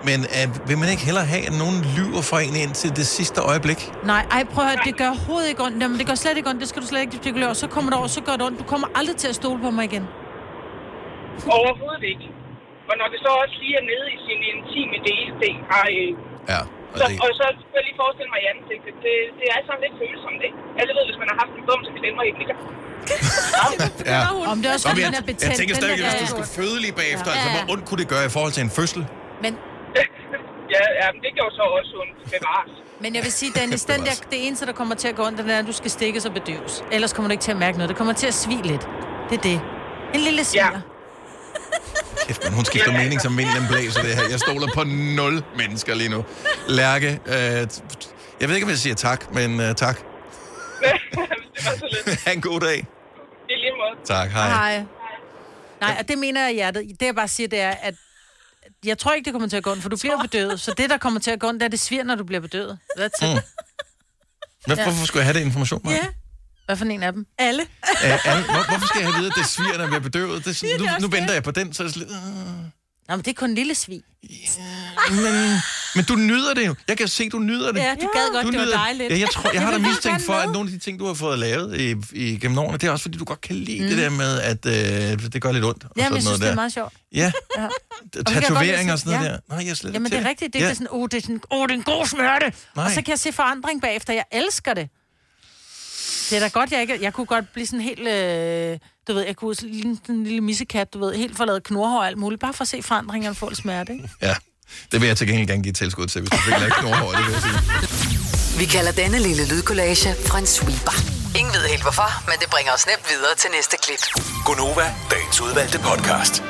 Men uh, vil man ikke hellere have, at nogen lyver for en indtil det sidste øjeblik? Nej, ej, prøv at høre, det gør overhovedet ikke ondt. Jamen, det gør slet ikke ondt, det skal du slet ikke spekulere over. Så kommer det over, så gør det ondt. Du kommer aldrig til at stole på mig igen. Overhovedet ikke. Og når det så også lige er nede i sin intime dele, det har... Øh, ja, og, så, og så kan jeg lige forestille mig i ansigtet. Det, det er sådan lidt følsomt, ikke? Alle ved, hvis man har haft en bum, så klemmer ikke ligger. Ja. Om det er også, Nå, fordi jeg, den er betændt. jeg tænker stadig, den hvis du er- skulle føde lige bagefter, Ja. altså hvor ondt kunne det gøre i forhold til en fødsel? Men, Ja, ja, men det gjorde så også ondt. Bevares. men jeg vil sige, Dennis, den der, det eneste, der kommer til at gå ondt, det er, at du skal stikkes og bedøves. Ellers kommer du ikke til at mærke noget. Det kommer til at svige lidt. Det er det. En lille sviger. Kæft, men hun skifter mening som vinden blæser det her. Jeg stoler på nul mennesker lige nu. Lærke, øh, jeg ved ikke, om jeg siger tak, men øh, tak. Det var så lidt. Ha' en god dag. I lige måde. Tak, hej. Hej. Nej, og det mener jeg i hjertet. Det jeg bare siger, det er, at jeg tror ikke, det kommer til at gå ondt, for du bliver bedøvet. Så det, der kommer til at gå ondt, det er, det sviger, når du bliver bedøvet. That's it. Mm. Hvad, Ja. Hvorfor skulle jeg have det information? Maja? Ja. Hvad for en af dem? Alle. Øh, alle, hvor, hvorfor skal jeg have at vide, at det sviger, når jeg bliver bedøvet? Det, er sådan- nu, nu venter jeg på den, så er det sådan lidt... øh. Nå, men det er kun en lille svig. Men, men du nyder det jo. Jeg kan se, du nyder det. Ja, du gad godt, du det var nyder dejligt. Ja, jeg, tror, jeg har da Jeg vil mistænkt gerne for, at med. nogle af de ting, du har fået lavet i, i gennem årene, det er også, fordi du godt kan lide mm. det der med, at øh, det gør lidt ondt. Og Jamen, sådan jeg synes, noget det er der. meget sjovt. Ja, Ja. tatoveringer og sådan noget Ja. der. Nej, jeg er slet Jamen, ikke det er til rigtigt. Det er Ja. sådan, oh, det er sådan, oh, det er en god smerte. Nej. Og så kan jeg se forandring bagefter. Jeg elsker det. Det er da godt, jeg ikke... Jeg kunne godt blive sådan helt... Øh, du ved, jeg kunne ligne sådan en lille missekat, du ved, helt forladet knurhår og alt muligt. Bare for at se forandringerne og få lidt smerte, ikke? Ja, det vil jeg til gengæld gerne give et tilskud til, hvis du fik lagt knurhår, det vil jeg sige. Vi kalder denne lille lydkollage en sweeper. Ingen ved helt hvorfor, men det bringer os nemt videre til næste klip. Gonova, dagens udvalgte podcast.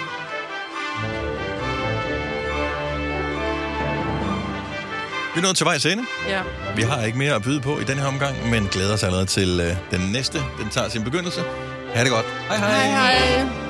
Vi er nået til vejs ende. Ja. Vi har ikke mere at byde på i denne her omgang, men glæder os allerede til øh, den næste. Den tager sin begyndelse. Ha' det godt. Hej hej. Hej, hej.